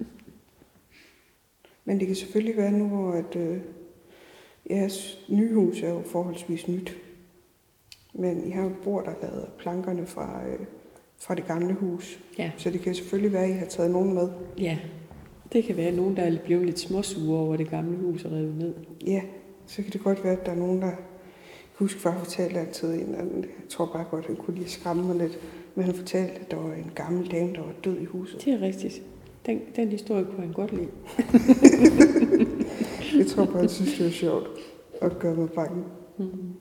Men det kan selvfølgelig være nu, hvor at, jeres nye hus er jo forholdsvis nyt. Men I har jo et bord, der er lavet af plankerne fra det gamle hus. Ja. Så det kan selvfølgelig være, at I har taget nogen med. Ja, det kan være nogen, der er blevet lidt småsure over det gamle hus og revet ned. Ja, så kan det godt være, at der er nogen, der... Husk, far fortalte altid en eller anden, jeg tror bare godt, han kunne lige skræmme mig lidt, men han fortalte, at der var en gammel dame, der var død i huset. Det er rigtigt. Den historie kunne han godt lide. Jeg tror bare, han synes, det var sjovt at gøre mig bange. Mm.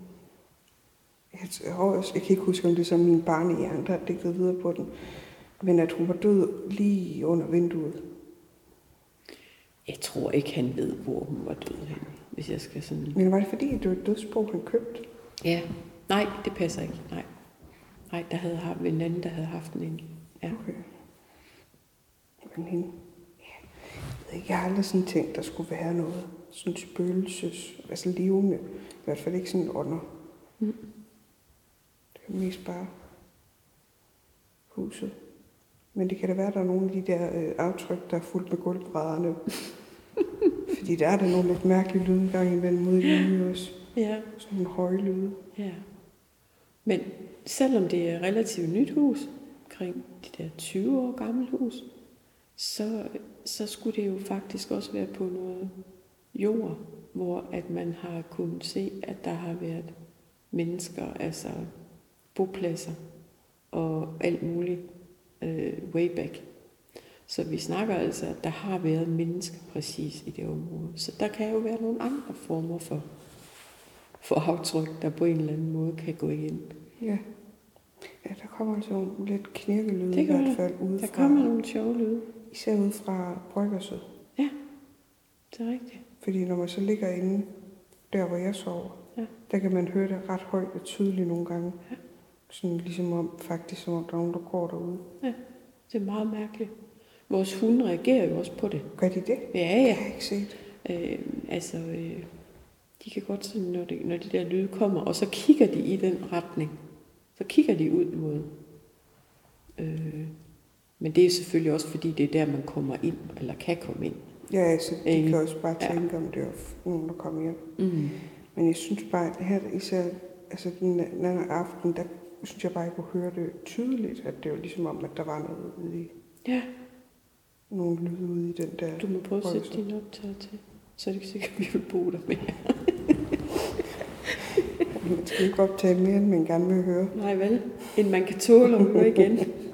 Jeg kan ikke huske, om det er som min barnehjerne, der har digtet videre på den, men at hun var død lige under vinduet. Jeg tror ikke, han ved, hvor hun var død hen, hvis jeg skal sådan... Men var det fordi, at det var et dødsbo, han købte? Ja, nej, det passer ikke, nej. Nej, der havde haft en anden, der havde haft den inde. Ja. Okay. Men hende... Jeg har aldrig sådan tænkt, der skulle være noget sådan spøgelses, altså levende. I hvert fald ikke sådan under. Mm. Det er mest bare huset. Men det kan da være, at der er nogle af de der aftryk, der er fuldt med gulvbrædderne. Fordi der er der nogle lidt mærkelige lyde en gang imellem ude i livet også. Ja. Sådan nogle høje lyde. Ja. Men selvom det er et relativt nyt hus, omkring de der 20 år gammelt hus, så skulle det jo faktisk også være på noget jord, hvor at man har kunnet se, at der har været mennesker, altså bopladser og alt muligt way back. Så vi snakker altså, at der har været mennesker præcis i det område. Så der kan jo være nogle andre former for aftryk, der på en eller anden måde kan gå igen. Ja. Ja, der kommer altså nogle lidt knirkelyde Det i hvert fald udefra. Der kommer nogle sjove lyde. Især ude fra bryggerset. Ja, det er rigtigt. Fordi når man så ligger inde, der hvor jeg sover, Ja. der kan man høre det ret højt og tydeligt nogle gange. Ja. Sådan ligesom om, faktisk som om der er nogen, der går derude. Ja, det er meget mærkeligt. Vores hunde reagerer jo også på det. Gør de det? Ja, Det har ja. jeg ikke set. De kan godt sådan, når de der lyde kommer, og så kigger de i den retning. Så kigger de ud mod. Men det er selvfølgelig også, fordi det er der, man kommer ind, eller kan komme ind. Ja, altså de Ikke? kan også bare Ja. tænke, om det er nogen, der kommer hjem. Mm. Men jeg synes bare, at her især altså den anden aften, der synes jeg bare, jeg kunne høre det tydeligt, at det var ligesom om, at der var noget ude i, Ja, nogle lyde ude i den der... du må prøve at sætte bryggerset. din optager til. Så er det ikke sikkert, at vi vil bo der mere. Man skal ikke optage mere, end man gerne vil høre. Nej vel, end man kan tåle at høre igen.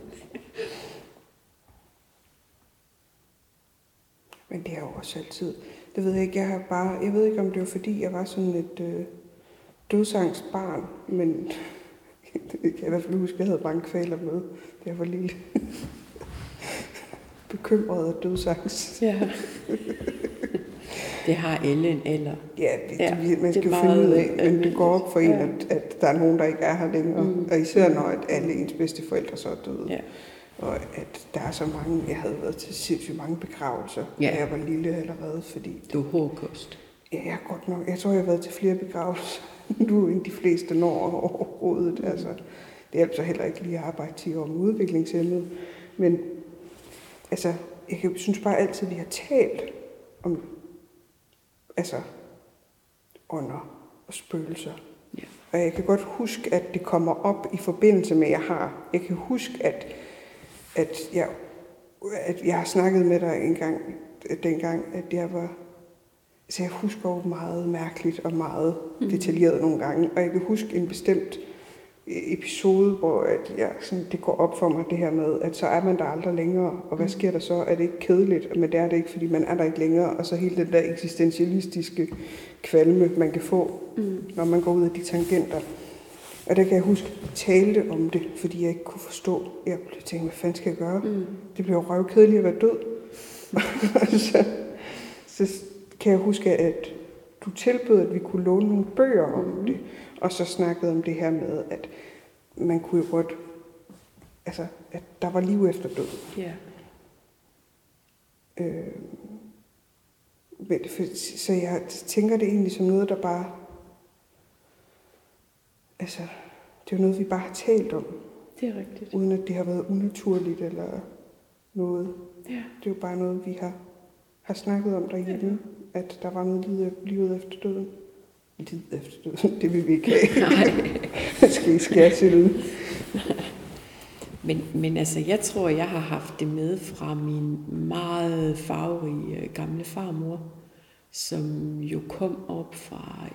Men det er jo også altid... Det ved jeg ikke, jeg ved ikke, om det var fordi, jeg var sådan et dødsangstbarn, men jeg kan i hvert fald huske, at jeg havde mange kvaler med, da jeg var lille. Bekymret af dødsangst. Ja. Det har alle en alder. Ja, man skal det jo er finde ud meget af, men det går op for en, Ja. at der er nogen, der ikke er her længere. Og især når at alle ens bedsteforældre så er døde. Ja. Og at der er så mange, jeg havde været til sindssygt mange begravelser, Ja. da jeg var lille allerede, fordi... Du er hård kost. Ja, jeg er godt nok. Jeg tror, jeg har været til flere begravelser nu, end de fleste når overhovedet. Altså, det hjælper så heller ikke lige at arbejde 10 år med udviklingshæmmet. Men altså, synes bare altid, at vi har talt om altså, ånder og spøgelser. Ja. Og jeg kan godt huske, at det kommer op i forbindelse med, at jeg kan huske, at jeg har snakket med dig dengang, at jeg var... Så jeg husker jo meget mærkeligt og meget detaljeret nogle gange. Og jeg kan huske en bestemt episode, hvor det går op for mig, det her med, at så er man der aldrig længere. Og hvad sker der så? Er det ikke kedeligt? Men det er det ikke, fordi man er der ikke længere. Og så hele den der eksistentialistiske kvalme, man kan få, når man går ud af de tangenter. Og der kan jeg huske, at jeg talte om det, fordi jeg ikke kunne forstå. Jeg tænkte, hvad fanden skal jeg gøre? Det bliver jo røvkedeligt at være død. så kan jeg huske, at du tilbød, at vi kunne låne nogle bøger om det. Og så snakkede om det her med, at man kunne jo godt... Altså, at der var liv efter død. Ja. Så jeg tænker det egentlig som noget, der bare... Altså, det er jo noget, vi bare har talt om. Det er rigtigt. Uden at det har været unaturligt eller noget. Ja. Det er jo bare noget, vi har snakket om derhjemme, at der var noget livet efter døden. Livet efter døden, det vil vi ikke have. Nej. Det skal ikke skære til ud. Men altså, jeg tror, jeg har haft det med fra min meget farverige gamle farmor, som jo kom op fra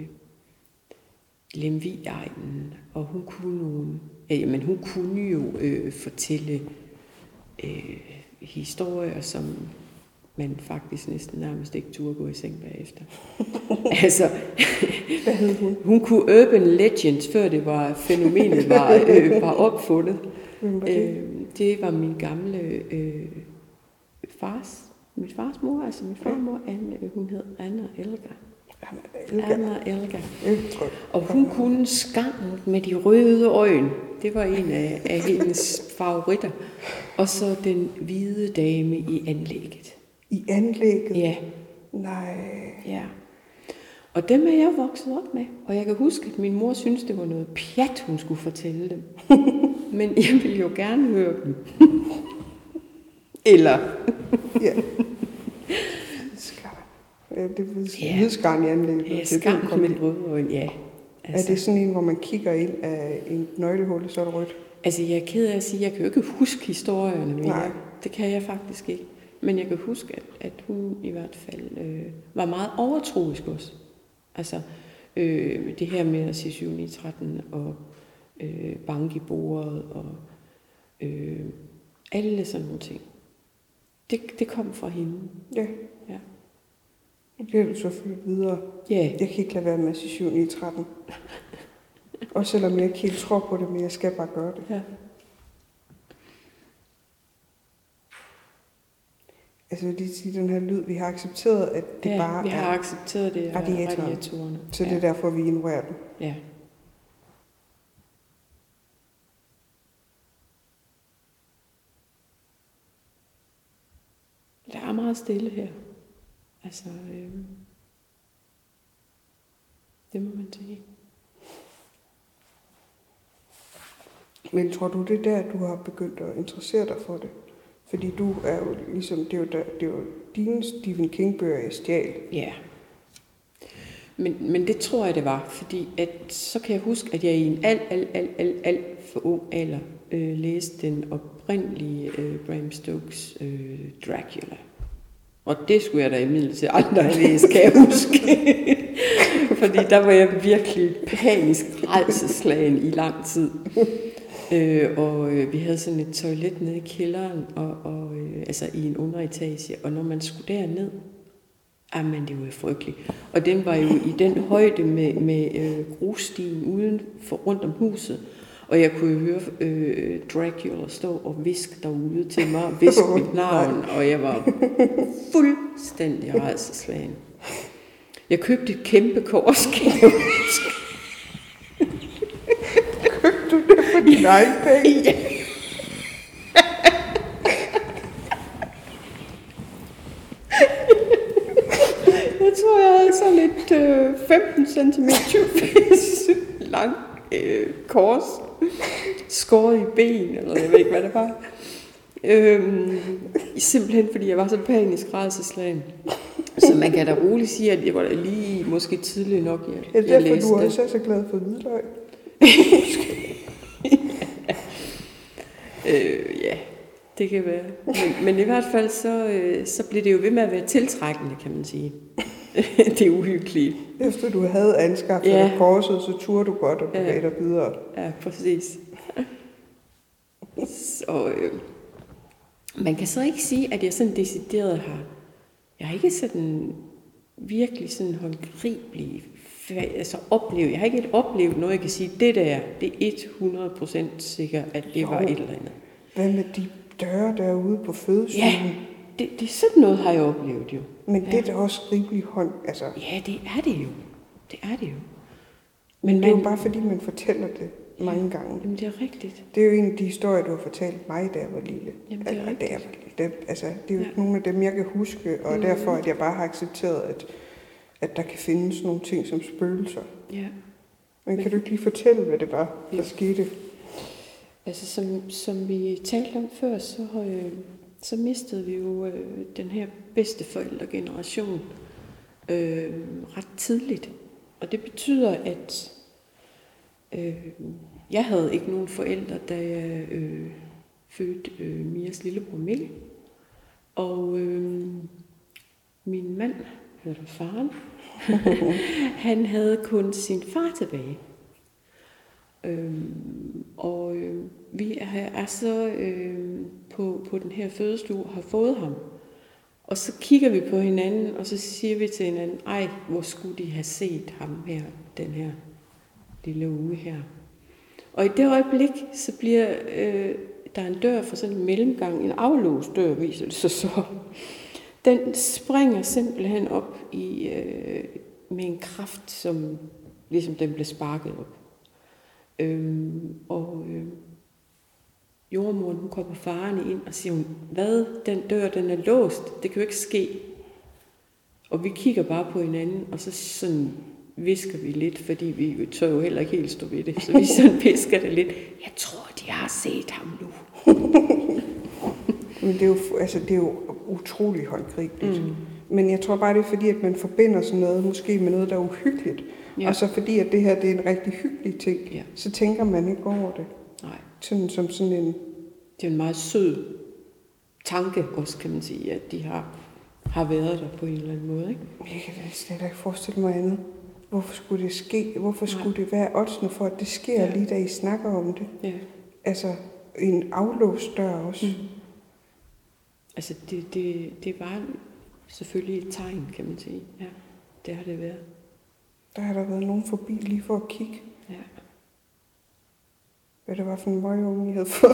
Lemvig-egnen, og hun kunne jo fortælle historier, som man faktisk næsten nærmest ikke turde gå i seng bagefter. Altså, hvad hed hun? Hun kunne urban legends, før det var fænomenet var opfundet. Hvem var det? Det var min gamle min fars mor, altså min farmor, hun hed Anna Elga. Anna Elga. Og hun kunne skammet med de røde øjne. Det var en af hendes favoritter. Og så den hvide dame i anlægget. I anlægget? Ja. Nej. Ja. Og dem er jeg vokset op med. Og jeg kan huske, at min mor syntes, det var noget pjat, hun skulle fortælle dem. Men jeg ville jo gerne høre dem. Eller... Ja. Det er hvideskarn i anlægget. Ja, skarn med røde øjne, ja. Altså. Er det sådan en, hvor man kigger ind af en nøglehul, så er det rødt? Altså, jeg er ked af at sige, jeg kan jo ikke huske historierne mere. Nej. Det kan jeg faktisk ikke. Men jeg kan huske, at hun i hvert fald var meget overtroisk også. Altså, det her med at sige 7, 9, 13 og banke i bordet og alle sådan nogle ting. Det kom fra hende. Ja. Ja. Nu bliver du så flyttet videre. Ja. Jeg kan ikke lade være med at sige 7, 9, 13. Også selvom jeg ikke helt tror på det, men jeg skal bare gøre det. Ja. Altså vil lige sige, den her lyd, vi har accepteret, at det bare vi har accepteret det radiatorerne. Så det er derfor, vi ignorerer den. Ja. Der er meget stille her. Altså, det må man sige. Men tror du, det er der, du har begyndt at interessere dig for det? Fordi du er jo ligesom, det er jo dine Stephen King-bøger, jeg stjal. Ja. Men det tror jeg, det var. Fordi at, så kan jeg huske, at jeg i en alt for ung alder læste den oprindelige Bram Stokes Dracula. Og det skulle jeg da imidlertid aldrig have læst, kan jeg huske. Fordi der var jeg virkelig panisk rædselsslagen i lang tid. Og vi havde sådan et toilet nede i kælderen, og altså i en underetage. Og når man skulle derned, men det var jo frygteligt. Og den var jo i den højde med grusstien uden for rundt om huset. Og jeg kunne jo høre Dracula stå og viske derude til mig, viske mit navn, og jeg var fuldstændig rædselsslagen. Jeg købte et kæmpe kors. Købte du det for dine egne penge? Ja. Jeg tror, jeg havde sådan et 15 cm lang kors, skåret i ben, eller jeg ved ikke, hvad det var. Simpelthen fordi jeg var så panisk rædselsslagen. Så man kan da roligt sige, at jeg var lige måske tidligt nok, jeg derfor, læste du også er så glad for hvidløg? Ja, det kan være. Men i hvert fald, så blev det jo ved med at være tiltrækkende, kan man sige. Det er uhyggeligt. Efter du havde anskaffet dig korset, så turde du godt og bevæge dig videre. Ja, præcis. Så man kan så ikke sige, at jeg sådan decideret har... Jeg har ikke sådan virkelig sådan håndgribelig oplevet. Jeg har ikke oplevet noget, jeg kan sige, det der, det er 100% sikkert, at det var et eller andet. Hvad med de døre derude på fødestuen? Ja, det sådan noget har jeg oplevet jo. Men det er da også gribelig hånd, altså. Ja, det er det jo. Det er det jo. Men det er jo bare fordi, man fortæller det mange gange. Jamen, det er rigtigt. Det er jo en af de historier, du har fortalt mig, da jeg var lille. Jamen, det er rigtigt. Altså, det er jo nogle af dem, jeg kan huske, og derfor, at jeg bare har accepteret, at der kan findes nogle ting som spøgelser. Ja. Men kan du ikke lige fortælle, hvad det var, der skete? Altså, som vi talte om før, så så mistede vi jo den her bedsteforældregeneration ret tidligt. Og det betyder, at jeg havde ikke nogen forældre, da jeg fødte Mias lillebror Mikkel. Og min mand, eller faren, han havde kun sin far tilbage. Vi er så på den her fødestue har fået ham. Og så kigger vi på hinanden, og så siger vi til hinanden, ej, hvor skulle de have set ham her, den her lille unge her. Og i det øjeblik, så bliver der en dør for sådan en mellemgang, en aflåst dør, viser det sig så. Den springer simpelthen op med en kraft, som ligesom den blev sparket op. Jordemoderen, hun kommer farende ind og siger, hvad, den dør, den er låst, det kan jo ikke ske. Og vi kigger bare på hinanden, og så sådan visker vi lidt, fordi vi tør jo heller ikke helt stå ved det, så vi sådan visker det lidt. Jeg tror, de har set ham nu. Men det er jo utrolig håndgribeligt. Men jeg tror bare, det er fordi, at man forbinder sådan noget, måske med noget, der er uhyggeligt. Ja. Og så fordi, at det her det er en rigtig hyggelig ting, så tænker man ikke over det. Nej. Sådan, som sådan en... Det er en meget sød tanke også, kan man sige, at de har været der på en eller anden måde. Ikke? Jeg kan slet ikke forestille mig andet. Hvorfor skulle det ske? Hvorfor skulle det være oddsene for, at det sker lige da I snakker om det? Ja. Altså, en aflåst dør også. Altså, det var selvfølgelig et tegn, kan man sige. Ja, det har det været. Der har der været nogen forbi lige for at kigge. Ja. Hvad det var for en møgeunge, I havde fået.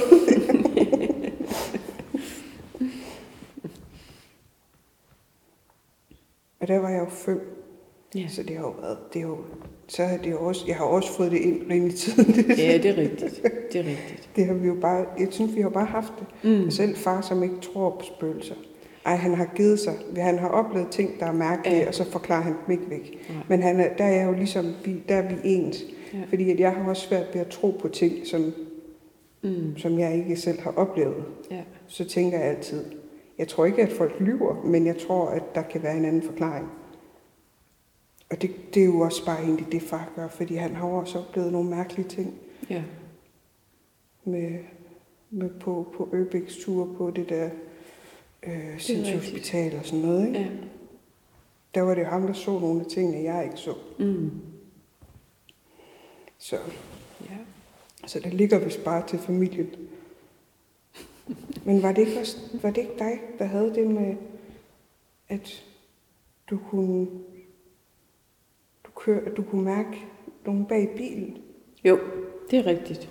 Og der var jeg jo 5. Ja. Så det har jo været, jeg har også fået det ind rimelig tidligt. Ja, det er rigtigt. Det er rigtigt. Det har vi jo bare, jeg synes, vi har bare haft det. Selv far, som ikke tror på spøgelser. Ej, han har givet sig. Han har oplevet ting, der er mærkelige, og så forklarer han dem ikke væk. Ja. Men der er jeg jo ligesom, der er vi ens. Ja. Fordi at jeg har også svært ved at tro på ting, som jeg ikke selv har oplevet. Ja. Så tænker jeg altid, jeg tror ikke, at folk lyver, men jeg tror, at der kan være en anden forklaring. Og det er jo også bare egentlig det, far gør, fordi han har også oplevet nogle mærkelige ting. Ja. Med på Øbæks tur på det der sindshospital og sådan noget, ikke? Ja. Der var det jo ham, der så nogle af tingene, jeg ikke så. Så det ligger vist bare til familien. Men var det ikke dig, der havde det med, at du kunne mærke nogen bag bilen? Jo, det er rigtigt.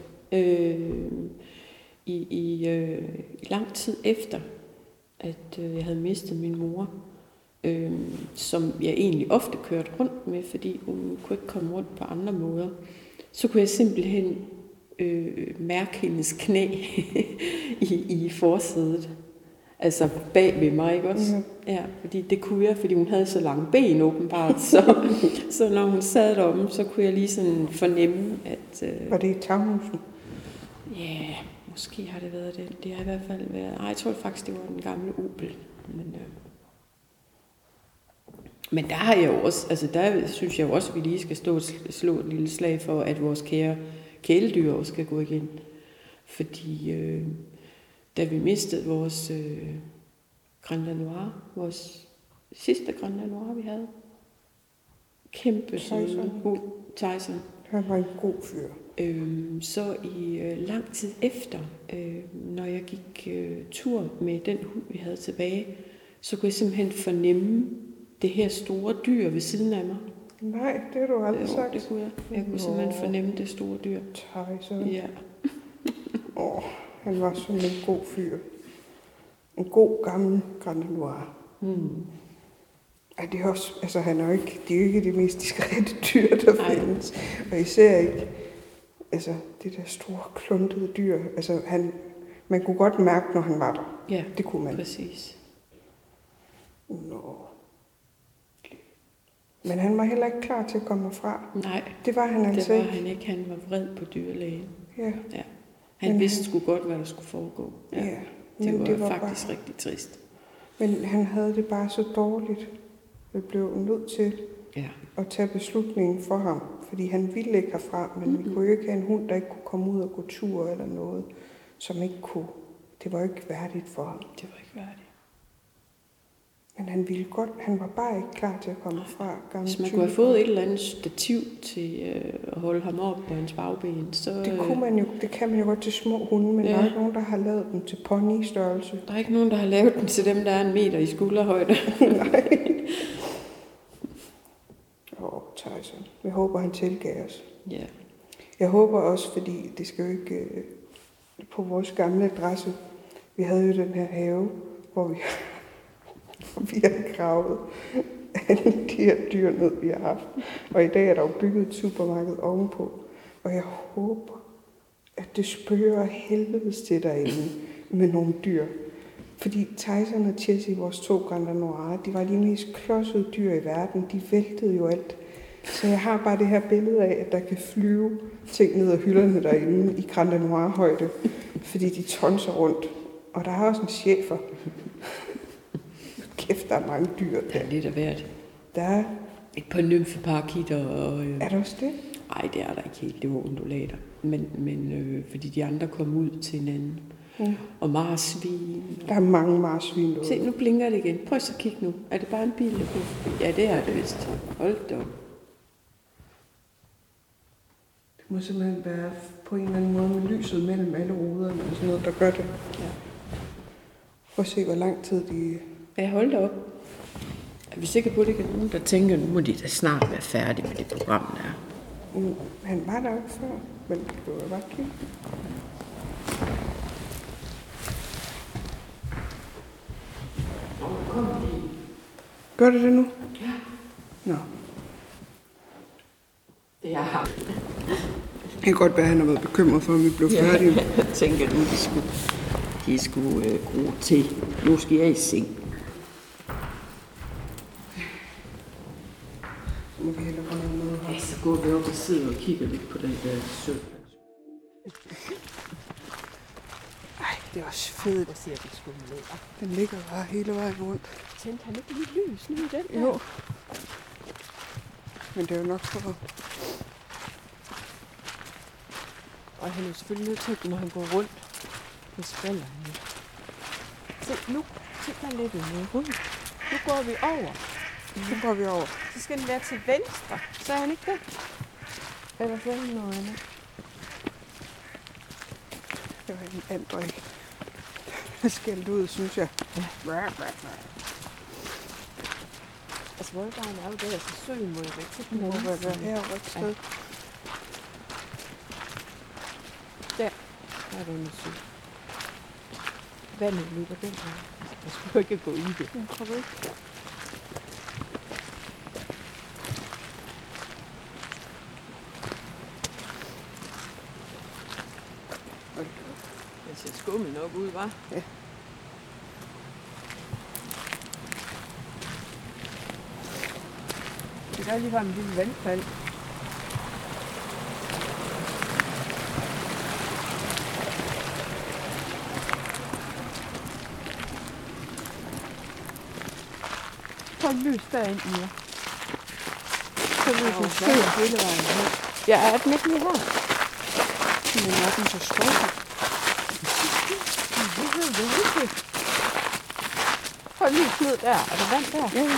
I lang tid efter, at jeg havde mistet min mor, som jeg egentlig ofte kørte rundt med, fordi hun kunne ikke komme rundt på andre måder, så kunne jeg simpelthen mærke hendes knæ i forsædet. Altså bag ved mig, ikke også? Ja, fordi det kunne jeg, fordi hun havde så lange ben åbenbart, så når hun sad deromme, så kunne jeg lige sådan fornemme, at... Var det i taghusen? Ja, måske har det været det. Det har i hvert fald været... Nej, jeg tror faktisk, det var den gamle Opel. Men der har jeg jo også... Altså der synes jeg jo også, at vi lige skal slå et lille slag for, at vores kære kæledyr også skal gå igen. Fordi... Da vi mistede vores Grand Danois, vores sidste Grand Danois, vi havde. Kæmpe Tyson. Han var en god fyr. Så i lang tid efter, når jeg gik tur med den hund, vi havde tilbage, så kunne jeg simpelthen fornemme det her store dyr ved siden af mig. Nej, det har du aldrig sagt. Det kunne jeg. Jeg kunne simpelthen fornemme det store dyr. Tyson. Ja. Han var sådan en god fyr. En god gammel Grand Danois. Det er også, altså det er jo ikke det mest diskrete dyr, der findes. Og især ikke, altså det der store kluntede dyr. Altså man kunne godt mærke, når han var der. Ja, det kunne man. Præcis. Nå. Men han var heller ikke klar til at komme fra. Nej, det var han altså ikke. Det var han ikke. Han var vred på dyrlægen. Ja. Han vidste sgu godt, hvad der skulle foregå. Ja. Det var faktisk rigtig trist. Men han havde det bare så dårligt. Vi blev nødt til at tage beslutningen for ham, fordi han ville ikke herfra, men vi kunne jo ikke have en hund, der ikke kunne komme ud og gå tur eller noget, som ikke kunne. Det var jo ikke værdigt for ham. Det var ikke værdigt. Men han ville godt, han var bare ikke klar til at komme fra. Hvis man kunne have fået et eller andet stativ til at holde ham op på hans bagben, så... Det kan man jo godt til små hunde, men der er ikke nogen, der har lavet dem til ponystørrelse. Der er ikke nogen, der har lavet dem til dem, der er 1 meter i skulderhøjde. Nej. Tyson. Jeg håber, han tilgav os. Ja. Jeg håber også, fordi det skal jo ikke på vores gamle adresse. Vi havde jo den her have, hvor vi har gravet alle de her dyr ned, vi har haft. Og i dag er der jo bygget et supermarked ovenpå. Og jeg håber, at det spørger helvedes til derinde med nogle dyr. Fordi Tyson og Chessie, vores 2 Grand Danois, de var de mest klodsede dyr i verden. De væltede jo alt. Så jeg har bare det her billede af, at der kan flyve ting ned ad hylderne derinde i Grand Danois-højde. Fordi de tonser rundt. Og der er også en chefer. Kæft, der er mange dyr der. Der er lidt af hvert. Der er et par nymfeparakitter og... Er der også det? Nej, det er der ikke helt. Det var undulater. Men fordi de andre kom ud til hinanden. Og marsvin. Der er mange marsvin derude. Se, nu blinker det igen. Prøv så at kigge nu. Er det bare en bil, der kører forbi? Ja, det er det vist. Hold da op. Det må simpelthen være på en eller anden måde med lyset mellem alle ruderne og sådan noget, der gør det. Ja. Prøv at se, hvor lang tid de... Ja, hold da op. Er vi sikre på, at det ikke er nogen, der tænker, nu må de da snart være færdige med det program, der er? Han var der jo før, men det kunne jo bare kigge. Gør det nu? Ja. Nå. Det er ham. Det kan godt være, at han har været bekymret for, at vi blev færdige. Jeg tænker nu, de skulle gro til. Nu skal jeg i seng. Så må vi hellere få noget her. Ja, så går vi op og sidder og kigger lidt på den der sød. Ej, det er også fedt. Hvad siger det skulle med? Den ligger bare hele vejen rundt. Tændte han ikke lige lys nu i den der? Jo. Men det er jo nok for... Og han er selvfølgelig nødt til, når han går rundt, så spiller han jo. Se, nu kigger han lidt med rundt. Nu går vi over. Nu går vi over. Så skal den være til venstre. Så er han ikke det? Eller så er han noget andet. Det var en Andrej. Skældt ud, synes jeg. Ja. Altså, voldvejen er jo der, så søen må jo væk til den Det må anden være side. herovre et sted. Der er der en sø. Vandet løber den vej. Jeg skulle ikke gå i det. Jeg tror ikke. Det ser skummel nok ud, hva'? Ja. Det er lige en lille vandfald. Hold lys derind, Mia. Så Der lys er en jo sø. vand hele vejen ned. Ja, er den ikke lige her? Men er den så stor? Det ved jeg ikke. Hold lys ned der. Er der vand der? Ja.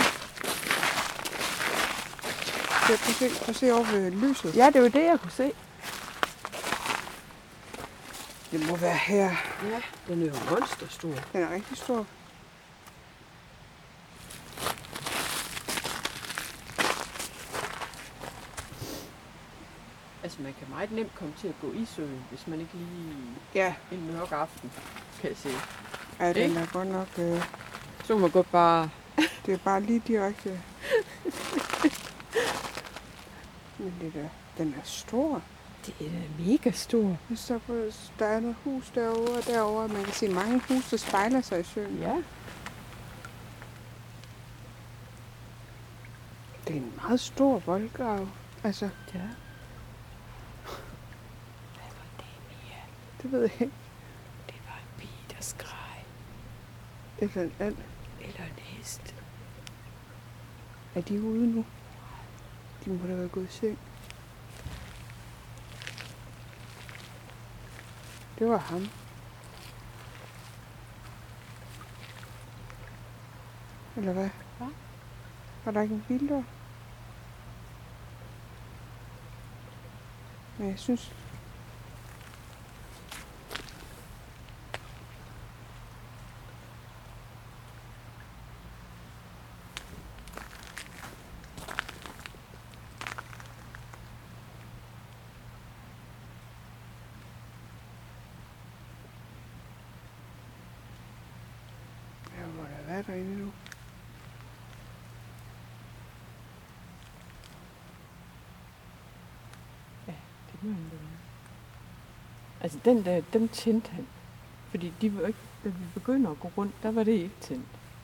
Prøv at se over ved lyset. Ja, det var det, jeg kunne se. Det må være her. Ja, den er jo monsterstor. Den er rigtig stor. Altså, man kan meget nemt komme til at gå i søen, hvis man ikke lige Ja. en mørk aften, kan jeg se. Ja, den Ikke? er godt nok... Så må man godt bare... det er bare lige direkte. Men den er stor. Det er da mega stor. Der er noget hus derovre og derovre. Man kan se mange huse, der spejler sig i søen. Ja. Det er en meget stor voldgrav. Altså, Ja. Hvad var det, Mia? det ved jeg ikke. Det var en pige, der skreg. Eller en and. Eller en hest. Er de ude nu? De må da være gået i seng. Det var ham. Eller hvad? Ja. Var der ikke en bildør? Men jeg synes... Jeg må da være derinde nu. Det må han da være. Altså den der, dem tændte han. Fordi de var ikke, da vi begynder at gå rundt, der var det ikke tændt.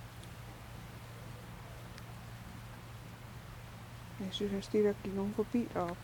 Jeg synes også, det der gik nogen forbi deroppe.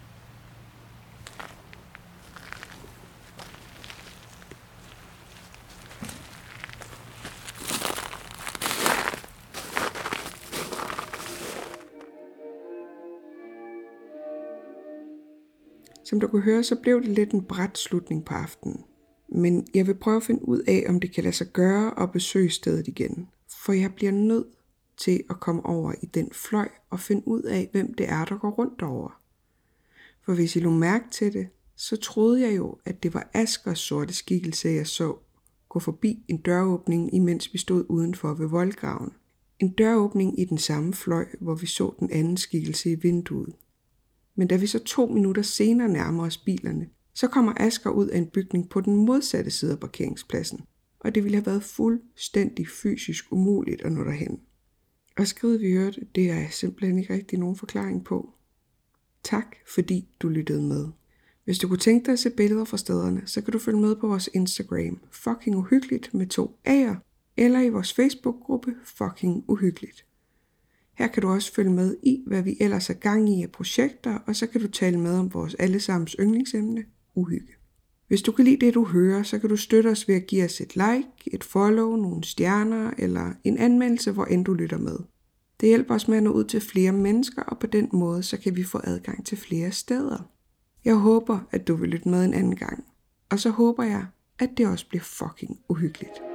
Som du kunne høre, så blev det lidt en brat slutning på aftenen. Men jeg vil prøve at finde ud af, om det kan lade sig gøre at besøge stedet igen. For jeg bliver nødt til at komme over i den fløj og finde ud af, hvem det er, der går rundt derover. For hvis I lå mærke til det, så troede jeg jo, at det var Askers sorte skikkelse, jeg så gå forbi en døråbning, imens vi stod udenfor ved voldgraven. En døråbning i den samme fløj, hvor vi så den anden skikkelse i vinduet. Men da vi så 2 minutter senere nærmer os bilerne, så kommer Asger ud af en bygning på den modsatte side af parkeringspladsen, og det ville have været fuldstændig fysisk umuligt at nå derhen. Og skridt vi hørte, det er simpelthen ikke rigtig nogen forklaring på. Tak fordi du lyttede med. Hvis du kunne tænke dig at se billeder fra stederne, så kan du følge med på vores Instagram, fucking uhyggeligt med 2 A'er, eller i vores Facebook-gruppe, fucking uhyggeligt. Her kan du også følge med i, hvad vi ellers er gang i af projekter, og så kan du tale med om vores allesammens yndlingsemne, uhygge. Hvis du kan lide det, du hører, så kan du støtte os ved at give os et like, et follow, nogle stjerner eller en anmeldelse, hvor end du lytter med. Det hjælper os med at nå ud til flere mennesker, og på den måde, så kan vi få adgang til flere steder. Jeg håber, at du vil lytte med en anden gang. Og så håber jeg, at det også bliver fucking uhyggeligt.